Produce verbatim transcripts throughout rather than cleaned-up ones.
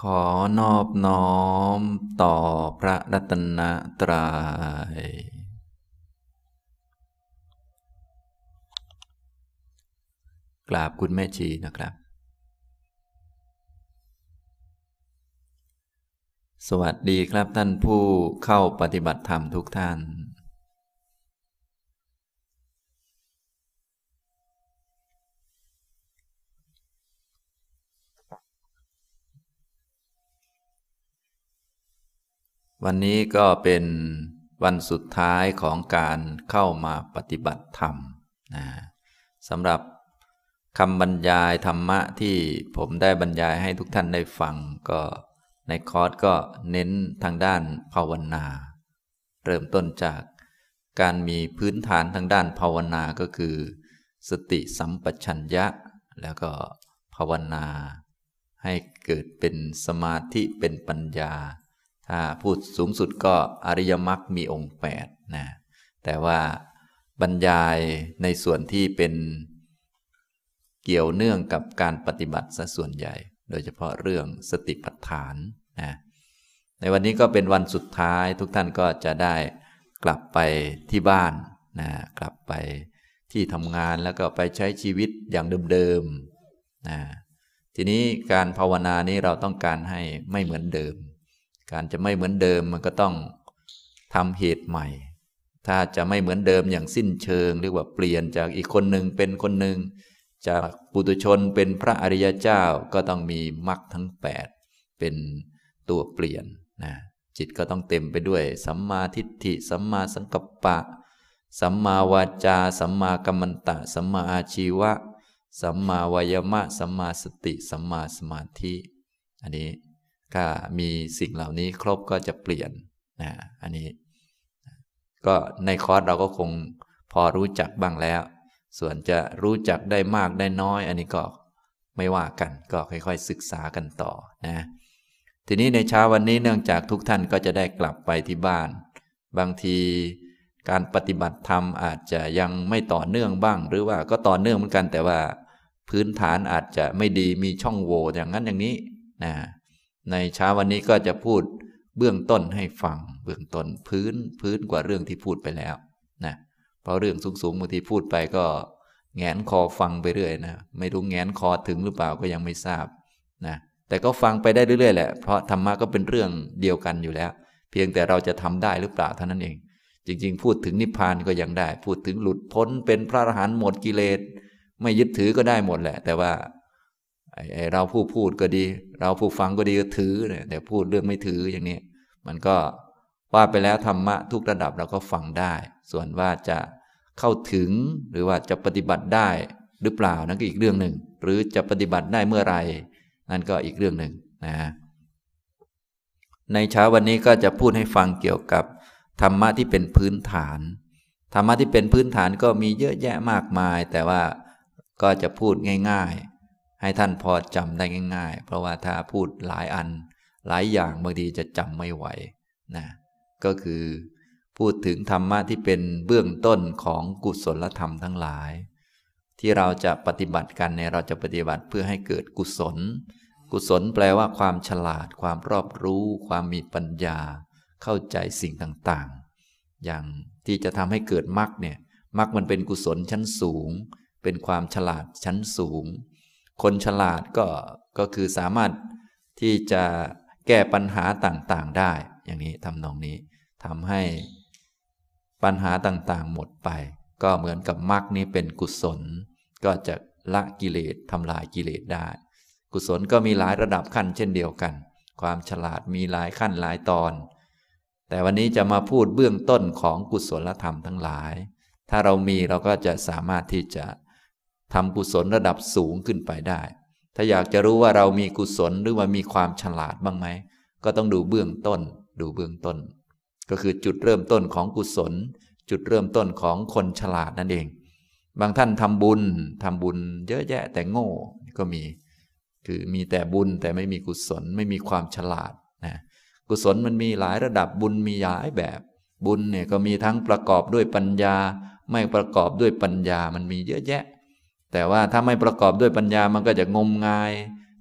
ขอนอบน้อมต่อพระรัตนตรัยกราบคุณแม่ชีนะครับสวัสดีครับท่านผู้เข้าปฏิบัติธรรมทุกท่านวันนี้ก็เป็นวันสุดท้ายของการเข้ามาปฏิบัติธรรมนะสำหรับคำบรรยายธรรมะที่ผมได้บรรยายให้ทุกท่านได้ฟังก็ในคอร์สก็เน้นทางด้านภาวนาเริ่มต้นจากการมีพื้นฐานทางด้านภาวนาก็คือสติสัมปชัญญะแล้วก็ภาวนาให้เกิดเป็นสมาธิเป็นปัญญาถ้าพูดสูงสุดก็อริยมรรคมีองค์แปดนะแต่ว่าบรรยายในส่วนที่เป็นเกี่ยวเนื่องกับการปฏิบัติซะส่วนใหญ่โดยเฉพาะเรื่องสติปัฏฐานนะในวันนี้ก็เป็นวันสุดท้ายทุกท่านก็จะได้กลับไปที่บ้านนะกลับไปที่ทำงานแล้วก็ไปใช้ชีวิตอย่างเดิมๆนะทีนี้การภาวนานี้เราต้องการให้ไม่เหมือนเดิมการจะไม่เหมือนเดิมมันก็ต้องทำเหตุใหม่ถ้าจะไม่เหมือนเดิมอย่างสิ้นเชิงเรียกว่าเปลี่ยนจากอีกคนหนึ่งเป็นคนหนึ่งจากปุถุชนเป็นพระอริยเจ้าก็ต้องมีมรรคทั้งแปดเป็นตัวเปลี่ยนนะจิตก็ต้องเต็มไปด้วยสัมมาทิฏฐิสัมมาสังกัปปะสัมมาวาจาสัมมากัมมันตะสัมมาอาชีวะสัมมาวายามะสัมมาสติสัมมาสมาธิอันนี้ถ้ามีสิ่งเหล่านี้ครบก็จะเปลี่ยนนะอันนี้ก็ในคอร์สเราก็คงพอรู้จักบ้างแล้วส่วนจะรู้จักได้มากได้น้อยอันนี้ก็ไม่ว่ากันก็ค่อยๆศึกษากันต่อนะทีนี้ในเช้าวันนี้เนื่องจากทุกท่านก็จะได้กลับไปที่บ้านบางทีการปฏิบัติธรรมอาจจะยังไม่ต่อเนื่องบ้างหรือว่าก็ต่อเนื่องเหมือนกันแต่ว่าพื้นฐานอาจจะไม่ดีมีช่องโหว่อย่างนั้นอย่างนี้นะในเช้าวันนี้ก็จะพูดเบื้องต้นให้ฟังเบื้องต้นพื้นพื้นกว่าเรื่องที่พูดไปแล้วนะเพราะเรื่องสูงๆบางทีพูดไปก็แงนคอฟังไปเรื่อยนะไม่รู้แงนคอถึงหรือเปล่าก็ยังไม่ทราบนะแต่ก็ฟังไปได้เรื่อยๆแหละเพราะธรรมะก็เป็นเรื่องเดียวกันอยู่แล้วเพียงแต่เราจะทำได้หรือเปล่าเท่านั้นเองจริงๆพูดถึงนิพพานก็ยังได้พูดถึงหลุดพ้นเป็นพระอรหันต์หมดกิเลสไม่ยึดถือก็ได้หมดแหละแต่ว่าไอ้เราผู้พูดก็ดีเราผู้ฟังก็ดีก็ถือเนี่ยแต่พูดเรื่องไม่ถืออย่างนี้มันก็ว่าไปแล้วธรรมะทุกระดับเราก็ฟังได้ส่วนว่าจะเข้าถึงหรือว่าจะปฏิบัติได้หรือเปล่านั่นก็อีกเรื่องหนึ่งหรือจะปฏิบัติได้เมื่อไรนั่นก็อีกเรื่องหนึ่งนะในเช้าวันนี้ก็จะพูดให้ฟังเกี่ยวกับธรรมะที่เป็นพื้นฐานธรรมะที่เป็นพื้นฐานก็มีเยอะแยะมากมายแต่ว่าก็จะพูดง่ายๆให้ท่านพอจำได้ง่ายๆเพราะว่าถ้าพูดหลายอันหลายอย่างบางทีจะจำไม่ไหวนะก็คือพูดถึงธรรมะที่เป็นเบื้องต้นของกุศลธรรมทั้งหลายที่เราจะปฏิบัติกันเนี่ยเราจะปฏิบัติเพื่อให้เกิดกุศลกุศลแปลว่าความฉลาดความรอบรู้ความมีปัญญาเข้าใจสิ่งต่างๆอย่างที่จะทำให้เกิดมรรคเนี่ยมรรคมันเป็นกุศลชั้นสูงเป็นความฉลาดชั้นสูงคนฉลาดก็ก็คือสามารถที่จะแก้ปัญหาต่างๆได้อย่างนี้ทำนองนี้ทำให้ปัญหาต่างๆหมดไปก็เหมือนกับมรรคนี้เป็นกุศลก็จะละกิเลสทำลายกิเลสได้กุศลก็มีหลายระดับขั้นเช่นเดียวกันความฉลาดมีหลายขั้นหลายตอนแต่วันนี้จะมาพูดเบื้องต้นของกุศลธรรมทั้งหลายถ้าเรามีเราก็จะสามารถที่จะทำกุศลระดับสูงขึ้นไปได้ถ้าอยากจะรู้ว่าเรามีกุศลหรือว่ามีความฉลาดบ้างไหมก็ต้องดูเบื้องต้นดูเบื้องต้นก็คือจุดเริ่มต้นของกุศลจุดเริ่มต้นของคนฉลาดนั่นเองบางท่านทำบุญทำบุญเยอะแยะแต่โง่ก็มีคือมีแต่บุญแต่ไม่มีกุศลไม่มีความฉลาดนะกุศลมันมีหลายระดับบุญมีหลายแบบบุญเนี่ยก็มีทั้งประกอบด้วยปัญญาไม่ประกอบด้วยปัญญามันมีเยอะแยะแต่ว่าถ้าไม่ประกอบด้วยปัญญามันก็จะงมงาย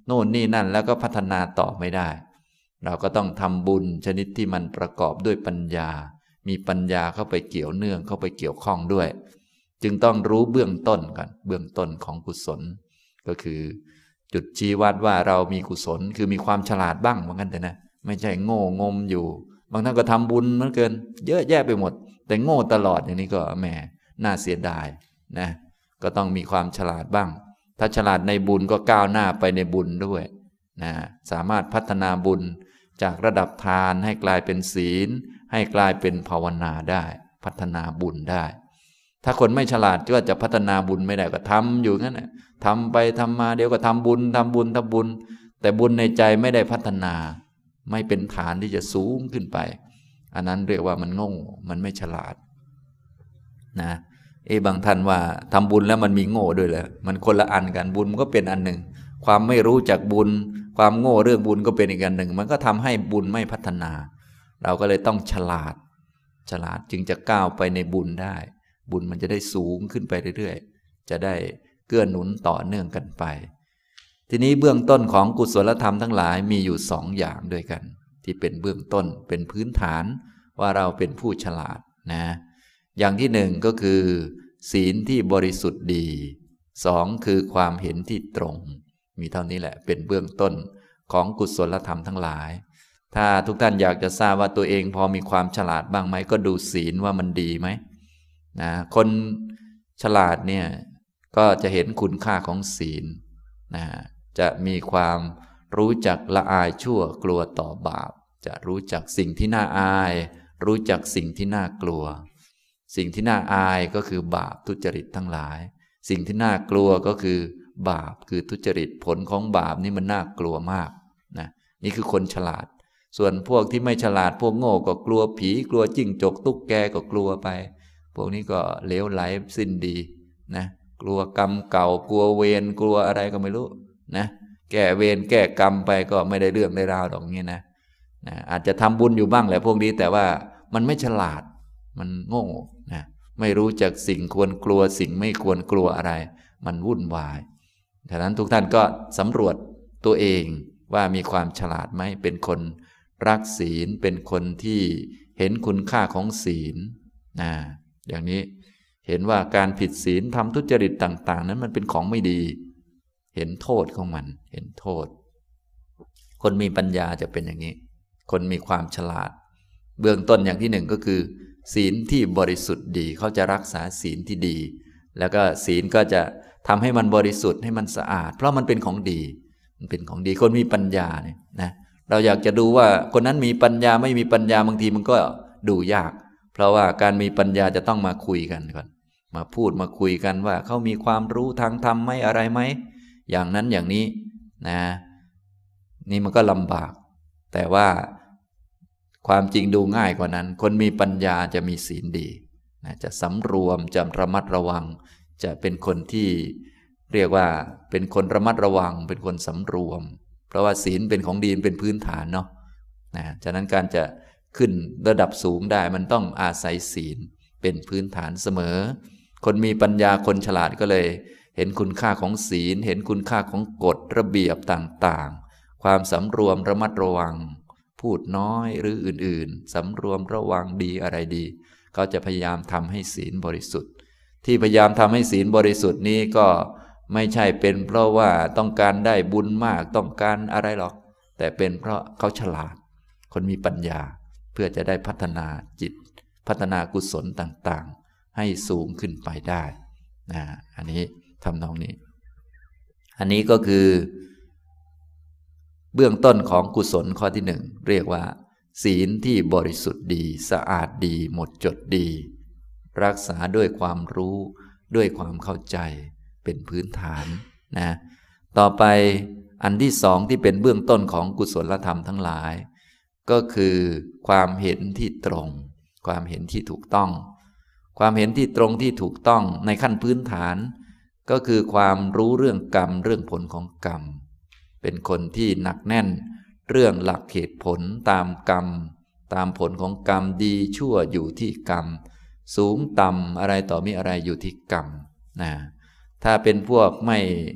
โน่นนี่นั่นแล้วก็พัฒนาต่อไม่ได้เราก็ต้องทำบุญชนิดที่มันประกอบด้วยปัญญามีปัญญาเข้าไปเกี่ยวเนื่องเข้าไปเกี่ยวข้องด้วยจึงต้องรู้เบื้องต้นกันเบื้องต้นของกุศลก็คือจุดชี้วัดว่าเรามีกุศลคือมีความฉลาดบ้างเหมือนกันแต่นะไม่ใช่โง่งมอยู่บางท่านก็ทำบุญเหมือนเกินเยอะแยะไปหมดแต่โง่ตลอดอย่างนี้ก็แหมน่าเสียดายนะก็ต้องมีความฉลาดบ้างถ้าฉลาดในบุญก็ก้าวหน้าไปในบุญด้วยนะสามารถพัฒนาบุญจากระดับทานให้กลายเป็นศีลให้กลายเป็นภาวนาได้พัฒนาบุญได้ถ้าคนไม่ฉลาดก็จะพัฒนาบุญไม่ได้ก็ทำอยู่งั้นแหละทำไปทำมาเดี๋ยวก็ทำบุญทำบุญทำบุญแต่บุญในใจไม่ได้พัฒนาไม่เป็นฐานที่จะสูงขึ้นไปอันนั้นเรียกว่ามันโง่มันไม่ฉลาดนะเอบางท่านว่าทำบุญแล้วมันมีโง่ด้วยเหรอมันคนละอันกันบุญมันก็เป็นอันหนึ่งความไม่รู้จักบุญความโง่เรื่องบุญก็เป็นอีกอันหนึ่งมันก็ทำให้บุญไม่พัฒนาเราก็เลยต้องฉลาดฉลาดจึงจะก้าวไปในบุญได้บุญมันจะได้สูงขึ้นไปเรื่อยๆจะได้เกื้อหนุนต่อเนื่องกันไปทีนี้เบื้องต้นของกุศลธรรมทั้งหลายมีอยู่สองอย่างด้วยกันที่เป็นเบื้องต้นเป็นพื้นฐานว่าเราเป็นผู้ฉลาดนะอย่างที่หนึ่งก็คือศีลที่บริสุทธิ์ดีสองคือความเห็นที่ตรงมีเท่านี้แหละเป็นเบื้องต้นของกุศลธรรมทั้งหลายถ้าทุกท่านอยากจะทราบว่าตัวเองพอมีความฉลาดบ้างไหมก็ดูศีลว่ามันดีไหมนะคนฉลาดเนี่ยก็จะเห็นคุณค่าของศีลนะจะมีความรู้จักละอายชั่วกลัวต่อบาปจะรู้จักสิ่งที่น่าอายรู้จักสิ่งที่น่ากลัวสิ่งที่น่าอายก็คือบาปทุจริตทั้งหลายสิ่งที่น่ากลัวก็คือบาปคือทุจริตผลของบาปนี่มันน่ากลัวมากนะนี่คือคนฉลาดส่วนพวกที่ไม่ฉลาดพวกโง่ก็กลัวผีกลัวจิ้งจกตุ๊กแกก็กลัวไปพวกนี้ก็เลวไหลสิ้นดีนะกลัวกรรมเก่ากลัวเวรกลัวอะไรก็ไม่รู้นะแก้เวรแก้กรรมไปก็ไม่ได้เรื่องได้ราวดอกนี้นะนะอาจจะทำบุญอยู่บ้างแหละพวกนี้แต่ว่ามันไม่ฉลาดมันโง่นะไม่รู้จักสิ่งควรกลัวสิ่งไม่ควรกลัวอะไรมันวุ่นวายฉะนั้นทุกท่านก็สำรวจตัวเองว่ามีความฉลาดไหมเป็นคนรักศีลเป็นคนที่เห็นคุณค่าของศีลนะอย่างนี้เห็นว่าการผิดศีลทำทุจริตต่างๆนั้นมันเป็นของไม่ดีเห็นโทษของมันเห็นโทษคนมีปัญญาจะเป็นอย่างนี้คนมีความฉลาดเบื้องต้นอย่างที่หนึ่งก็คือศีลที่บริสุทธิ์ดีเขาจะรักษาศีลที่ดีแล้วก็ศีลก็จะทำให้มันบริสุทธิ์ให้มันสะอาดเพราะมันเป็นของดีมันเป็นของดีคนมีปัญญาเนี่ยนะเราอยากจะดูว่าคนนั้นมีปัญญาไม่มีปัญญาบางทีมันก็ดูยากเพราะว่าการมีปัญญาจะต้องมาคุยกันก่อนมาพูดมาคุยกันว่าเขามีความรู้ทางธรรมไหมอะไรไหมอย่างนั้นอย่างนี้นะนี่มันก็ลำบากแต่ว่าความจริงดูง่ายกว่านั้นคนมีปัญญาจะมีศีลดีนะจะสำรวมจะระมัดระวังจะเป็นคนที่เรียกว่าเป็นคนระมัดระวังเป็นคนสำรวมเพราะว่าศีลเป็นของดีเป็นพื้นฐานเนาะนะฉะนั้นการจะขึ้นระดับสูงได้มันต้องอาศัยศีลเป็นพื้นฐานเสมอคนมีปัญญาคนฉลาดก็เลยเห็นคุณค่าของศีลเห็นคุณค่าของกฎระเบียบต่างๆความสำรวมระมัดระวังพูดน้อยหรืออื่นๆสำรวมระวังดีอะไรดีเขาจะพยายามทำให้ศีลบริสุทธิ์ที่พยายามทำให้ศีลบริสุทธิ์นี้ก็ไม่ใช่เป็นเพราะว่าต้องการได้บุญมากต้องการอะไรหรอกแต่เป็นเพราะเขาฉลาดคนมีปัญญาเพื่อจะได้พัฒนาจิตพัฒนากุศลต่างๆให้สูงขึ้นไปได้นะอันนี้ทำนองนี้อันนี้ก็คือเบื้องต้นของกุศลข้อที่หนึ่งเรียกว่าศีลที่บริสุทธิ์ดีสะอาดดีหมดจดดีรักษาด้วยความรู้ด้วยความเข้าใจเป็นพื้นฐานนะต่อไปอันที่สองที่เป็นเบื้องต้นของกุศลธรรมทั้งหลายก็คือความเห็นที่ตรงความเห็นที่ถูกต้องความเห็นที่ตรงที่ถูกต้องในขั้นพื้นฐานก็คือความรู้เรื่องกรรมเรื่องผลของกรรมเป็นคนที่หนักแน่นเรื่องหลักเหตุผลตามกรรมตามผลของกรรมดีชั่วอยู่ที่กรรมสูงต่ำอะไรต่อมีอะไรอยู่ที่กรรมนะถ้าเป็นพวกไม่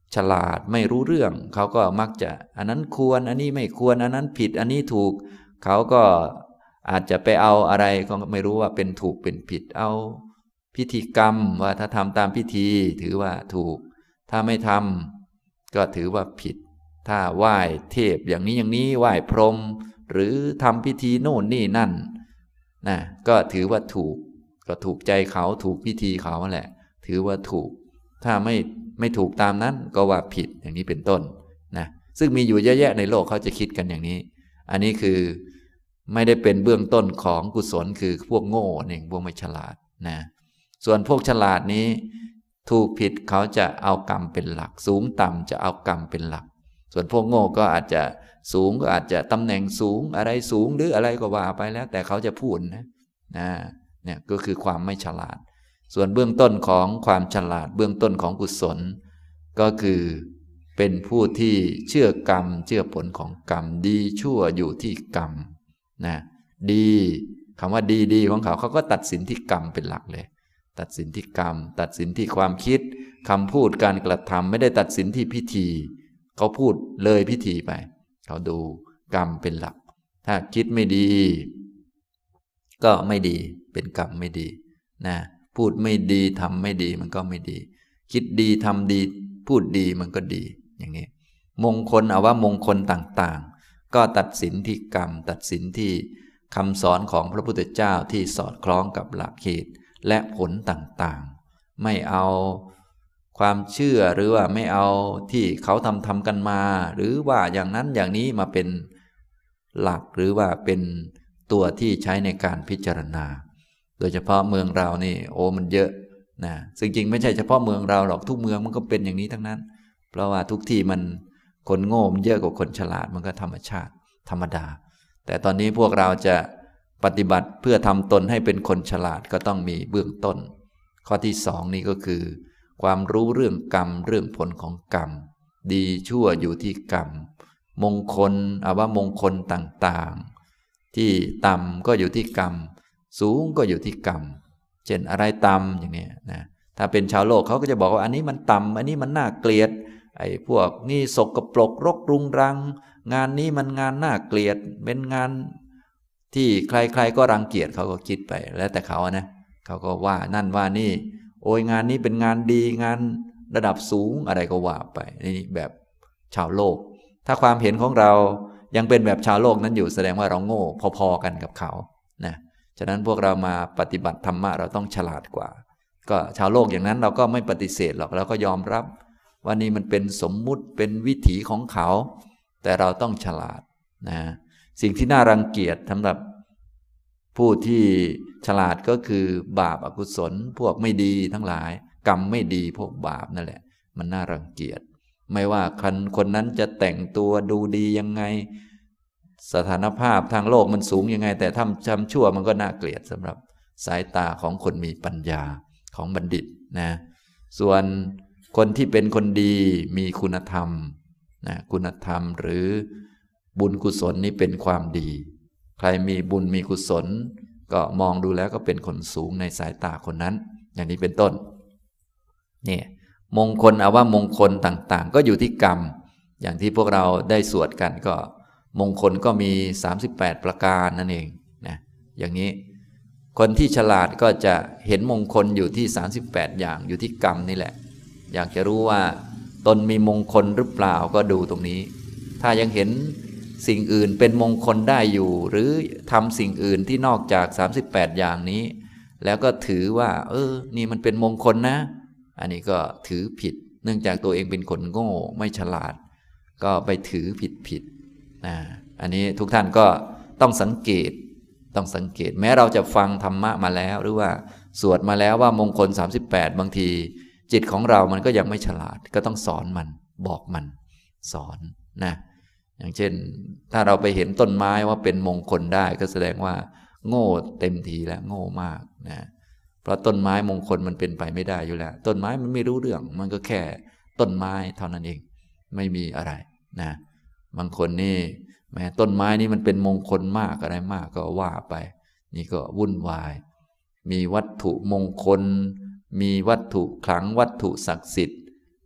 ฉลาดไม่รู้เรื่องเขาก็มักจะอันนั้นควรอันนี้ไม่ควรอันนั้นผิดอันนี้ถูกเขาก็อาจจะไปเอาอะไรก็ไม่รู้ว่าเป็นถูกเป็นผิดเอาพิธีกรรมว่าถ้าทำตามพิธีถือว่าถูกถ้าไม่ทำก็ถือว่าผิดถ้าไหว้เทพอย่างนี้อย่างนี้ไหว้พรหมหรือทำพิธีโน่นนี่นั่นนะก็ถือว่าถูกก็ถูกใจเขาถูกพิธีเขาแหละถือว่าถูกถ้าไม่ไม่ถูกตามนั้นก็ว่าผิดอย่างนี้เป็นต้นนะซึ่งมีอยู่เยอะแยะในโลกเขาจะคิดกันอย่างนี้อันนี้คือไม่ได้เป็นเบื้องต้นของกุศลคือพวกโง่เองพวกไม่ฉลาดนะส่วนพวกฉลาดนี้ถูกผิดเขาจะเอากรรมเป็นหลักสูงต่ำจะเอากรรมเป็นหลักส่วนพวกโง่ก็อาจจะสูงก็อาจจะตำแหน่งสูงอะไรสูงหรืออะไรก็ว่าไปแล้วแต่เขาจะพูดนะนะเนี่ยก็คือความไม่ฉลาดส่วนเบื้องต้นของความฉลาดเบื้องต้นของกุศลก็คือเป็นผู้ที่เชื่อกรรมเชื่อผลของกรรมดีชั่วอยู่ที่กรรมนะดีคำว่าดีดีของเขาเขาก็ตัดสินที่กรรมเป็นหลักเลยตัดสินที่กรรมตัดสินที่ความคิดคำพูดการกระทำไม่ได้ตัดสินที่พิธีเขาพูดเลยพิธีไปเขาดูกรรมเป็นหลักถ้าคิดไม่ดีก็ไม่ดีเป็นกรรมไม่ดีนะพูดไม่ดีทำไม่ดีมันก็ไม่ดีคิดดีทำดีพูดดีมันก็ดีอย่างนี้มงคลเอาว่ามงคลต่างๆก็ตัดสินที่กรรมตัดสินที่คำสอนของพระพุทธเจ้าที่สอดคล้องกับหลักเหตุและผลต่างๆไม่เอาความเชื่อหรือว่าไม่เอาที่เขาทำทำกันมาหรือว่าอย่างนั้นอย่างนี้มาเป็นหลักหรือว่าเป็นตัวที่ใช้ในการพิจารณาโดยเฉพาะเมืองเรานี่โอ้มันเยอะนะซึ่งจริงไม่ใช่เฉพาะเมืองเราหรอกทุกเมืองมันก็เป็นอย่างนี้ทั้งนั้นเพราะว่าทุกที่มันคนโง่มันเยอะกว่าคนฉลาดมันก็ธรรมชาติธรรมดาแต่ตอนนี้พวกเราจะปฏิบัติเพื่อทำตนให้เป็นคนฉลาดก็ต้องมีเบื้องต้นข้อที่สองนี่ก็คือความรู้เรื่องกรรมเรื่องผลของกรรมดีชั่วอยู่ที่กรรมมงคลเอาว่ามงคลต่างๆที่ต่ำก็อยู่ที่กรรมสูงก็อยู่ที่กรรมเช่นอะไรต่ำอย่างนี้นะถ้าเป็นชาวโลกเขาก็จะบอกว่าอันนี้มันต่ำอันนี้มันน่าเกลียดไอ้พวกนี่สกปรกรกรุงรังงานนี้มันงานน่าเกลียดเป็นงานที่ใครๆก็รังเกียจเขาก็คิดไปแล้วแต่เขานะเขาก็ว่านั่นว่านี่โอ้ยงานนี้เป็นงานดีงานระดับสูงอะไรก็ว่าไปนี่แบบชาวโลกถ้าความเห็นของเรายังเป็นแบบชาวโลกนั้นอยู่แสดงว่าเราโง่พอๆกันกับเขานะฉะนั้นพวกเรามาปฏิบัติธรรมะเราต้องฉลาดกว่าก็ชาวโลกอย่างนั้นเราก็ไม่ปฏิเสธหรอกเราก็ยอมรับว่านี่มันเป็นสมมุติเป็นวิถีของเขาแต่เราต้องฉลาดนะสิ่งที่น่ารังเกียจสำหรับผู้ที่ฉลาดก็คือบาปอกุศลพวกไม่ดีทั้งหลายกรรมไม่ดีพวกบาปนั่นแหละมันน่ารังเกียจไม่ว่าคนคนนั้นจะแต่งตัวดูดียังไงสถานภาพทางโลกมันสูงยังไงแต่ทำทำชั่วมันก็น่าเกลียดสำหรับสายตาของคนมีปัญญาของบัณฑิตนะส่วนคนที่เป็นคนดีมีคุณธรรมนะคุณธรรมหรือบุญกุศลนี่เป็นความดีใครมีบุญมีกุศลก็มองดูแล้วก็เป็นคนสูงในสายตาคนนั้นอย่างนี้เป็นต้นนี่มงคลเอาว่ามงคลต่างๆก็อยู่ที่กรรมอย่างที่พวกเราได้สวดกันก็มงคลก็มีสามสิบแปดประการนั่นเองนะอย่างนี้คนที่ฉลาดก็จะเห็นมงคลอยู่ที่สามสิบแปดอย่างอยู่ที่กรรมนี่แหละอยากจะรู้ว่าตนมีมงคลหรือเปล่าก็ดูตรงนี้ถ้ายังเห็นสิ่งอื่นเป็นมงคลได้อยู่หรือทำสิ่งอื่นที่นอกจากสามสิบแปดอย่างนี้แล้วก็ถือว่าเออนี่มันเป็นมงคลนะอันนี้ก็ถือผิดเนื่องจากตัวเองเป็นคนโง่ไม่ฉลาดก็ไปถือผิดผิดนะอันนี้ทุกท่านก็ต้องสังเกตต้องสังเกตแม้เราจะฟังธรรมะมาแล้วหรือว่าสวดมาแล้วว่ามงคลสามสิบแปดบางทีจิตของเรามันก็ยังไม่ฉลาดก็ต้องสอนมันบอกมันสอนนะอย่างเช่นถ้าเราไปเห็นต้นไม้ว่าเป็นมงคลได้ก็แสดงว่าโง่เต็มทีแล้วโง่มากนะเพราะต้นไม้มงคลมันเป็นไปไม่ได้อยู่แล้วต้นไม้มันไม่รู้เรื่องมันก็แค่ต้นไม้เท่านั้นเองไม่มีอะไรนะบางคนนี่แม้ต้นไม้นี่มันเป็นมงคลมากอะไรมากก็ว่าไปนี่ก็วุ่นวายมีวัตถุมงคลมีวัตถุขลังวัตถุศักดิ์สิทธิ์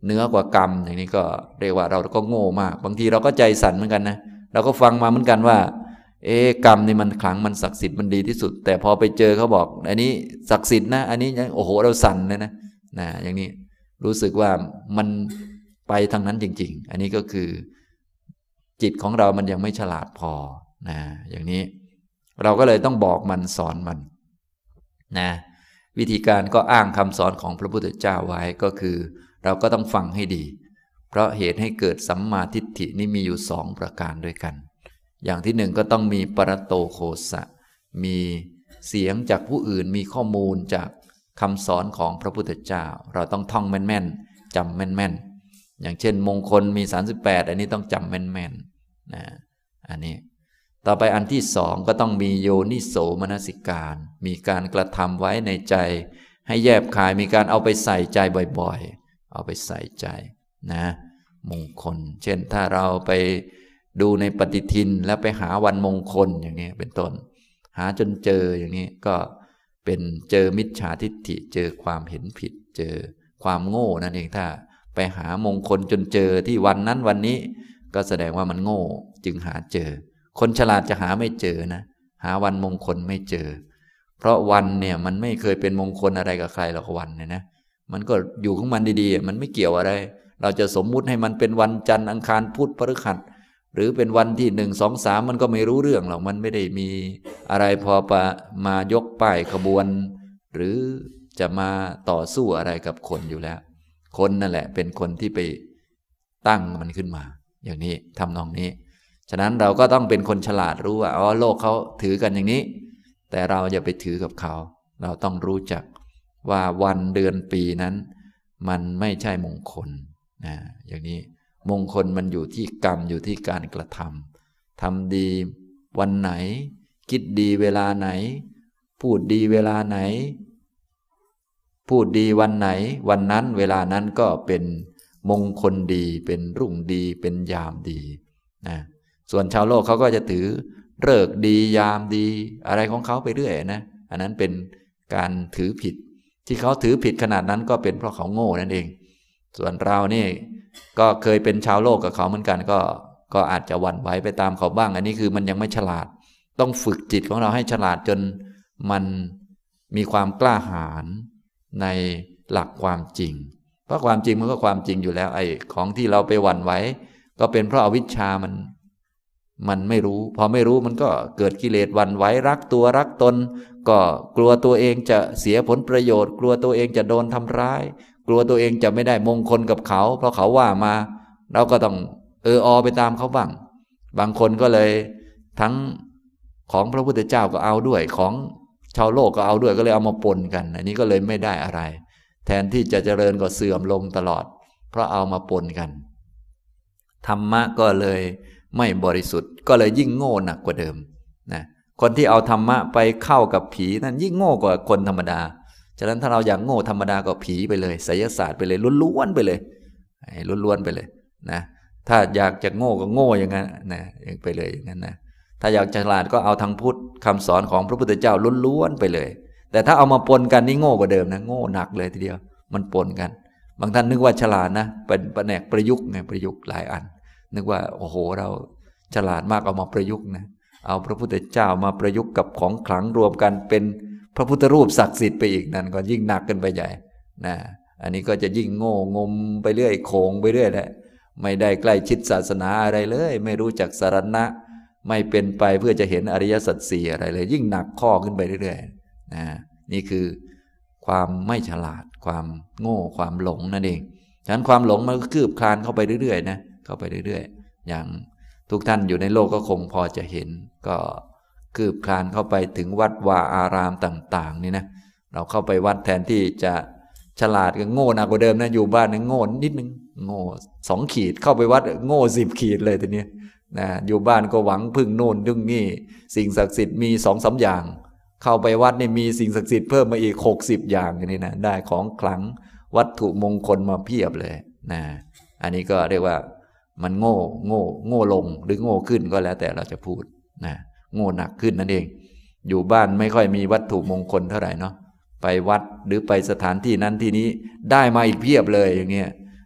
เหนือกว่ากรรมอย่างนี้ก็เรียกว่าเราก็โง่มากบางทีเราก็ใจสั่นเหมือนกันนะเราก็ฟังมาเหมือนกันว่าเอ๊กรรมนี่มันขลังมันศักดิ์สิทธิ์มันดีที่สุดแต่พอไปเจอเขาบอกอันนี้ศักดิ์สิทธิ์นะอันนี้โอ้โหเราสั่นเลยนะนะอย่างนี้รู้สึกว่ามันไปทางนั้นจริงๆอันนี้ก็คือจิตของเรามันยังไม่ฉลาดพอนะอย่างนี้เราก็เลยต้องบอกมันสอนมันนะวิธีการก็อ้างคำสอนของพระพุทธเจ้าไว้ก็คือเราก็ต้องฟังให้ดีเพราะเหตุให้เกิดสัมมาทิฏฐินี่มีอยู่สองประการด้วยกันอย่างที่หนึ่งก็ต้องมีปรโตโคสะมีเสียงจากผู้อื่นมีข้อมูลจากคำสอนของพระพุทธเจ้าเราต้องท่องแม่นๆจำแม่นๆอย่างเช่นมงคลมีสามสิบแปดอันนี้ต้องจำแม่นๆนะอันนี้ต่อไปอันที่สองก็ต้องมีโยนิโสมนสิการมีการกระทำไว้ในใจให้แยบคายมีการเอาไปใส่ใจบ่อยๆเอาไปใส่ใจนะมงคลเช่นถ้าเราไปดูในปฏิทินแล้วไปหาวันมงคลอย่างนี้เป็นต้นหาจนเจออย่างนี้ก็เป็นเจอมิจฉาทิฏฐิเจอความเห็นผิดเจอความโง่นั่นเองถ้าไปหามงคลจนเจอที่วันนั้นวันนี้ก็แสดงว่ามันโง่จึงหาเจอคนฉลาดจะหาไม่เจอนะหาวันมงคลไม่เจอเพราะวันเนี่ยมันไม่เคยเป็นมงคลอะไรกับใครหรอกวันเนี่ยนะมันก็อยู่ของมันดีๆมันไม่เกี่ยวอะไรเราจะสมมุติให้มันเป็นวันจันทร์อังคารพุธพฤหัสหรือเป็นวันที่หนึ่งสองสามมันก็ไม่รู้เรื่องหรอกมันไม่ได้มีอะไรพอปะมายกป้ายขบวนหรือจะมาต่อสู้อะไรกับคนอยู่แล้วคนนั่นแหละเป็นคนที่ไปตั้งมันขึ้นมาอย่างนี้ทำนองนี้ฉะนั้นเราก็ต้องเป็นคนฉลาดรู้ว่าอ๋อโลกเขาถือกันอย่างนี้แต่เราอย่าไปถือกับเขาเราต้องรู้จักว่าวันเดือนปีนั้นมันไม่ใช่มงคลนะอย่างนี้มงคลมันอยู่ที่กรรมอยู่ที่การกระทำทำดีวันไหนคิดดีเวลาไหนพูดดีเวลาไหนพูดดีวันไหนวันนั้นเวลานั้นก็เป็นมงคลดีเป็นรุ่งดีเป็นยามดีนะส่วนชาวโลกเขาก็จะถือฤกษ์ดียามดีอะไรของเขาไปเรื่อยนะอันนั้นเป็นการถือผิดที่เขาถือผิดขนาดนั้นก็เป็นเพราะเขาโง่นั่นเองส่วนเรานี่ก็เคยเป็นชาวโลกกับเขาเหมือนกันก็ก็อาจจะหวั่นไหวไปตามเขาบ้างอันนี้คือมันยังไม่ฉลาดต้องฝึกจิตของเราให้ฉลาดจนมันมีความกล้าหาญในหลักความจริงเพราะความจริงมันก็ความจริงอยู่แล้วไอ้ของที่เราไปหวั่นไหวก็เป็นเพราะอวิชชามันมันไม่รู้พอไม่รู้มันก็เกิดกิเลสหวั่นไหวรักตัวรักตนก็กลัวตัวเองจะเสียผลประโยชน์กลัวตัวเองจะโดนทำร้ายกลัวตัวเองจะไม่ได้มงคลกับเขาเพราะเขาว่ามาเราก็ต้องเอออไปตามเขาบ้างบางคนก็เลยทั้งของพระพุทธเจ้าก็เอาด้วยของชาวโลกก็เอาด้วยก็เลยเอามาปนกันอันนี้ก็เลยไม่ได้อะไรแทนที่จะเจริญก็เสื่อมลงตลอดเพราะเอามาปนกันธรรมะก็เลยไม่บริสุทธิ์ก็เลยยิ่งโง่หนักกว่าเดิมนะคนที่เอาธรรมะไปเข้ากับผีนั่นยิ่งโง่กว่าคนธรรมดาฉะนั้นถ้าเราอยากโง่ธรรมดาก็ผีไปเลยไสยศาสตร์ไปเลยล้วนๆไปเลยล้วนๆไปเลยนะถ้าอยากจะโง่ก็โง่อย่างนั้นนะไปเลยอย่างนั้นนะถ้าอยากฉลาดก็เอาทางพุทธคำสอนของพระพุทธเจ้าล้วนๆไปเลยแต่ถ้าเอามาปนกันนี่โง่กว่าเดิมนะโง่หนักเลยทีเดียวมันปนกันบางท่านนึกว่าฉลาดนะเป็นแผนกประยุกต์ไงประยุกต์หลายอันนึกว่าโอ้โหเราฉลาดมากเอามาประยุกต์นะเอาพระพุทธเจ้ามาประยุกต์กับของขลังรวมกันเป็นพระพุทธรูปศักดิ์สิทธิ์ไปอีกนั่นก็ยิ่งหนักขึ้นไปใหญ่นะอันนี้ก็จะยิ่งโง่งมไปเรื่อยโขงไปเรื่อยแหละไม่ได้ใกล้ชิดศาสนาอะไรเลยไม่รู้จักสรณะไม่เป็นไปเพื่อจะเห็นอริยสัจสี่อะไรเลยยิ่งหนักข้อขึ้นไปเรื่อยๆนะนี่คือความไม่ฉลาดความโง่ความหลงนั่นเองฉะนั้นความหลงมันก็คืบคลานเข้าไปเรื่อยๆนะเข้าไปเรื่อยๆอย่างทุกท่านอยู่ในโลกก็คงพอจะเห็นก็คืบคลานเข้าไปถึงวัดวาอารามต่างๆนี่นะเราเข้าไปวัดแทนที่จะฉลาดก็โง่หนักกว่าเดิมนะอยู่บ้านนึงโง่นิดนึงโง่สองขีดเข้าไปวัดโง่สิบขีดเลยทีนี้นะอยู่บ้านก็หวังพึ่งโน่นพึ่งนี่สิ่งศักดิ์สิทธิ์มีสองสามอย่างเข้าไปวัดนี่มีสิ่งศักดิ์สิทธิ์เพิ่มมาอีกหกสิบอย่างอย่างนี้นะได้ของขลังวัตถุมงคลมาเพียบเลยนะอันนี้ก็เรียกว่ามันโง่โง่โง่ลงหรือโง่ขึ้นก็แล้วแต่เราจะพูดนะโง่หนักขึ้นนั่นเองอยู่บ้านไม่ค่อยมีวัตถุมงคลเท่าไหร่เนาะไปวัดหรือไปสถานที่นั้นที่นี้ได้มาอีกเพียบเลยอย่างเงี้ย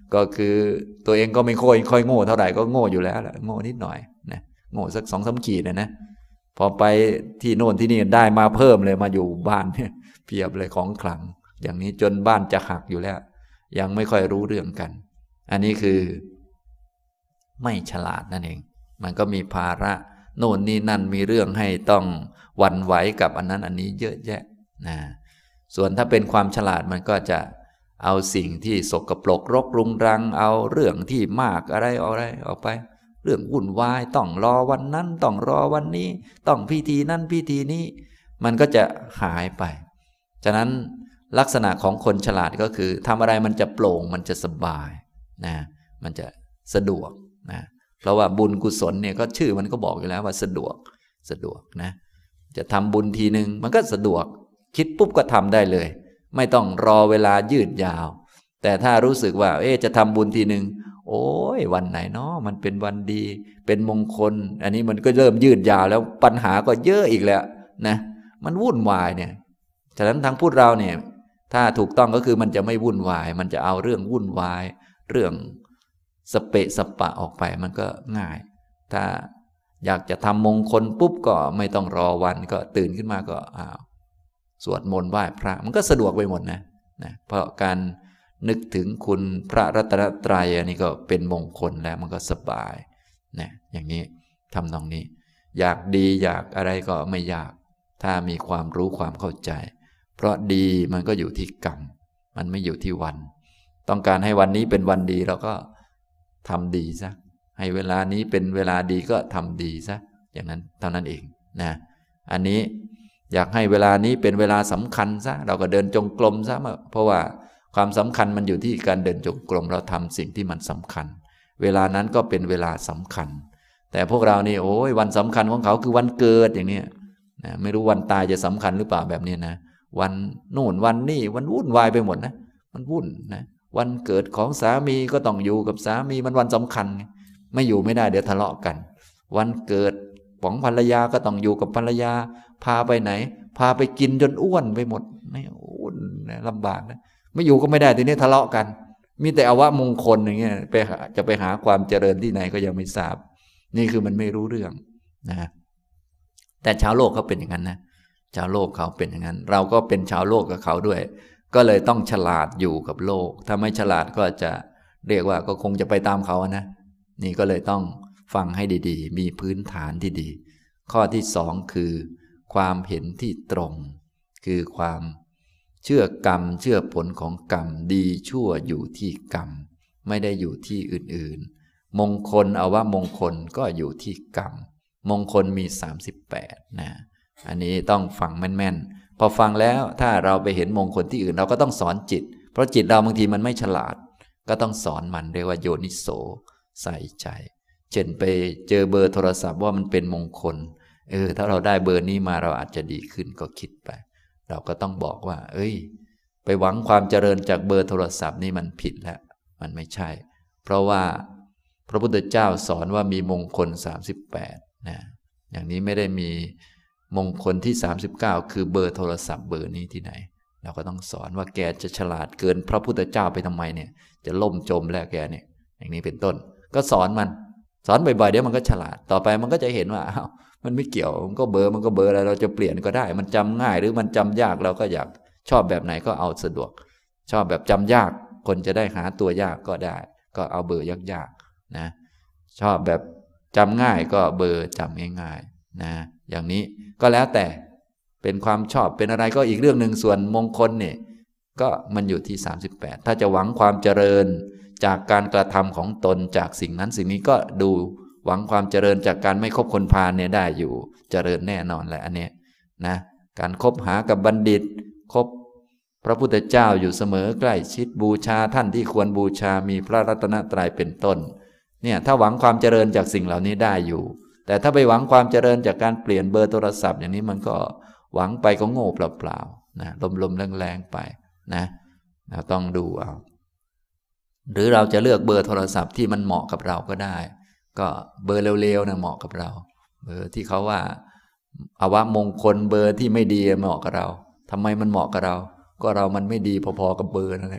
ก็คือตัวเองก็ไม่ค่อยค่อยโง่เท่าไหร่ก็โง่อยู่แล้วแหละโง่นิดหน่อยนะโง่สักสองสามขีดนะนะพอไปที่โน่นที่นี่ได้มาเพิ่มเลยมาอยู่บ้านเนี่ยเพียบเลยของขลังอย่างนี้จนบ้านจะหักอยู่แล้วยังไม่ค่อยรู้เรื่องกันอันนี้คือไม่ฉลาดนั่นเองมันก็มีภาระโน่นนี่นั่นมีเรื่องให้ต้องหวั่นไหวกับอันนั้นอันนี้เยอะแยะนะส่วนถ้าเป็นความฉลาดมันก็จะเอาสิ่งที่สกปรกรกรุงรังเอาเรื่องที่มากอะไรเอาอะไรออกไปเรื่องวุ่นวายต้องรอวันนั้นต้องรอวันนี้ต้องพิธีนั้นพิธีนี้มันก็จะหายไปฉะนั้นลักษณะของคนฉลาดก็คือทำอะไรมันจะโปร่งมันจะสบายนะมันจะสะดวกนะเพราะว่าบุญกุศลเนี่ยก็ชื่อมันก็บอกอยู่แล้วว่าสะดวกสะดวกนะจะทำบุญทีนึงมันก็สะดวกคิดปุ๊บก็ทำได้เลยไม่ต้องรอเวลายืดยาวแต่ถ้ารู้สึกว่าเอ๊ะจะทำบุญทีนึงโอ้ยวันไหนเนาะมันเป็นวันดีเป็นมงคลอันนี้มันก็เริ่มยืดยาวแล้วปัญหาก็เยอะอีกแล้วนะมันวุ่นวายเนี่ยฉะนั้นทางพูดเราเนี่ยถ้าถูกต้องก็คือมันจะไม่วุ่นวายมันจะเอาเรื่องวุ่นวายเรื่องสเปะสปะออกไปมันก็ง่ายถ้าอยากจะทำมงคลปุ๊บก็ไม่ต้องรอวันก็ตื่นขึ้นมาก็อ้าวสวดมนต์ไหว้พระมันก็สะดวกไปหมดนะนะเพราะการนึกถึงคุณพระรัตนตรัยอันนี้ก็เป็นมงคลแล้วมันก็สบายนะอย่างนี้ทำตรงนี้อยากดีอยากอะไรก็ไม่ยากถ้ามีความรู้ความเข้าใจเพราะดีมันก็อยู่ที่กรรมมันไม่อยู่ที่วันต้องการให้วันนี้เป็นวันดีเราก็ทำดีซะให้เวลานี้เป็นเวลาดีก็ทำดีซะอย่างนั้นเท่านั้นเองนะอันนี้อยากให้เวลานี้เป็นเวลาสำคัญซะเราก็เดินจงกรมซะเพราะว่าความสำคัญมันอยู่ที่การเดินจงกรมเราทำสิ่งที่มันสำคัญเวลานั้นก็เป็นเวลาสำคัญแต่พวกเรานี่โอ้ยวันสำคัญของเขาคือวันเกิดอย่างนี้นะไม่รู้วันตายจะสำคัญหรือเปล่าแบบนี้นะวันนู่นวันนี่วันวุ่นวายไปหมดนะมันวุ่นนะวันเกิดของสามีก็ต้องอยู่กับสามีมันวันสำคัญไม่อยู่ไม่ได้เดี๋ยวทะเลาะกันวันเกิดของภรรยาก็ต้องอยู่กับภรรยาพาไปไหนพาไปกินจนอ้วนไปหมดนี่อ้วนนะลำบากนะไม่อยู่ก็ไม่ได้ทีนี้ทะเลาะกันมีแต่อวมงคลอย่างเงี้ยไปจะไปหาความเจริญที่ไหนก็ยังไม่ทราบนี่คือมันไม่รู้เรื่องนะแต่ชาวโลกเขาเป็นอย่างนั้นนะชาวโลกเขาเป็นอย่างนั้นเราก็เป็นชาวโลกกับเขาด้วยก็เลยต้องฉลาดอยู่กับโลกถ้าไม่ฉลาดก็จะเรียกว่าก็คงจะไปตามเขานะนี่ก็เลยต้องฟังให้ดีๆมีพื้นฐานที่ดีข้อที่สองคือความเห็นที่ตรงคือความเชื่อกรรมเชื่อผลของกรรมดีชั่วอยู่ที่กรรมไม่ได้อยู่ที่อื่นๆมงคลเอาว่ามงคลก็อยู่ที่กรรมมงคลมีสามสิบแปดนะอันนี้ต้องฟังแม่นๆพอฟังแล้วถ้าเราไปเห็นมงคลที่อื่นเราก็ต้องสอนจิตเพราะจิตเราบางทีมันไม่ฉลาดก็ต้องสอนมันเรียกว่าโยนิโสใส่ใจเช่นไปเจอเบอร์โทรศัพท์ว่ามันเป็นมงคลเออถ้าเราได้เบอร์นี้มาเราอาจจะดีขึ้นก็คิดไปเราก็ต้องบอกว่าเอ้ยไปหวังความเจริญจากเบอร์โทรศัพท์นี่มันผิดแล้วมันไม่ใช่เพราะว่าพระพุทธเจ้าสอนว่ามีมงคลสามสิบแปดนะอย่างนี้ไม่ได้มีมงคลที่สามสิบเก้าคือเบอร์โทรศัพท์เบอร์นี้ที่ไหนเราก็ต้องสอนว่าแกจะฉลาดเกินพระพุทธเจ้าไปทำไมเนี่ยจะล่มจมแล้วแกเนี่ยอย่างนี้เป็นต้นก็สอนมันสอนบ่อยๆเดี๋ยวมันก็ฉลาดต่อไปมันก็จะเห็นว่าอ้าวมันไม่เกี่ยวมันก็เบอร์มันก็เบอร์อะไรเราจะเปลี่ยนก็ได้มันจำง่ายหรือมันจำยากเราก็อยากชอบแบบไหนก็เอาสะดวกชอบแบบจำยากคนจะได้หาตัวยากก็ได้ก็เอาเบอร์ยากๆนะชอบแบบจำง่ายก็เบอร์จำง่ายๆนะอย่างนี้ก็แล้วแต่เป็นความชอบเป็นอะไรก็อีกเรื่องหนึ่งส่วนมงคลเนี่ยก็มันอยู่ที่สามสิบแปดถ้าจะหวังความเจริญจากการกระทำของตนจากสิ่งนั้นสิ่งนี้ก็ดูหวังความเจริญจากการไม่คบคนพาลเนี่ยได้อยู่เจริญแน่นอนแหละอันเนี้ยนะการคบหากับบัณฑิตคบพระพุทธเจ้าอยู่เสมอใกล้ชิดบูชาท่านที่ควรบูชามีพระรัตนตรัยเป็นต้นเนี่ยถ้าหวังความเจริญจากสิ่งเหล่านี้ได้อยู่แต่ถ้าไปหวังความเจริญจากการเปลี่ยนเบอร์โทรศัพท์อย่างนี้มันก็หวังไปก็โง่เปล่าๆนะลมๆแรงๆไปนะเราต้องดูเอาหรือเราจะเลือกเบอร์โทรศัพท์ที่มันเหมาะกับเราก็ได้ก็เบอร์เร็วๆนะเหมาะกับเราเบอร์ที่เขาว่าเอาว่ามงคลเบอร์ที่ไม่ดีเหมาะกับเราทำไมมันเหมาะกับเราก็เรามันไม่ดีพอๆกับเบอร์นั่นแหละ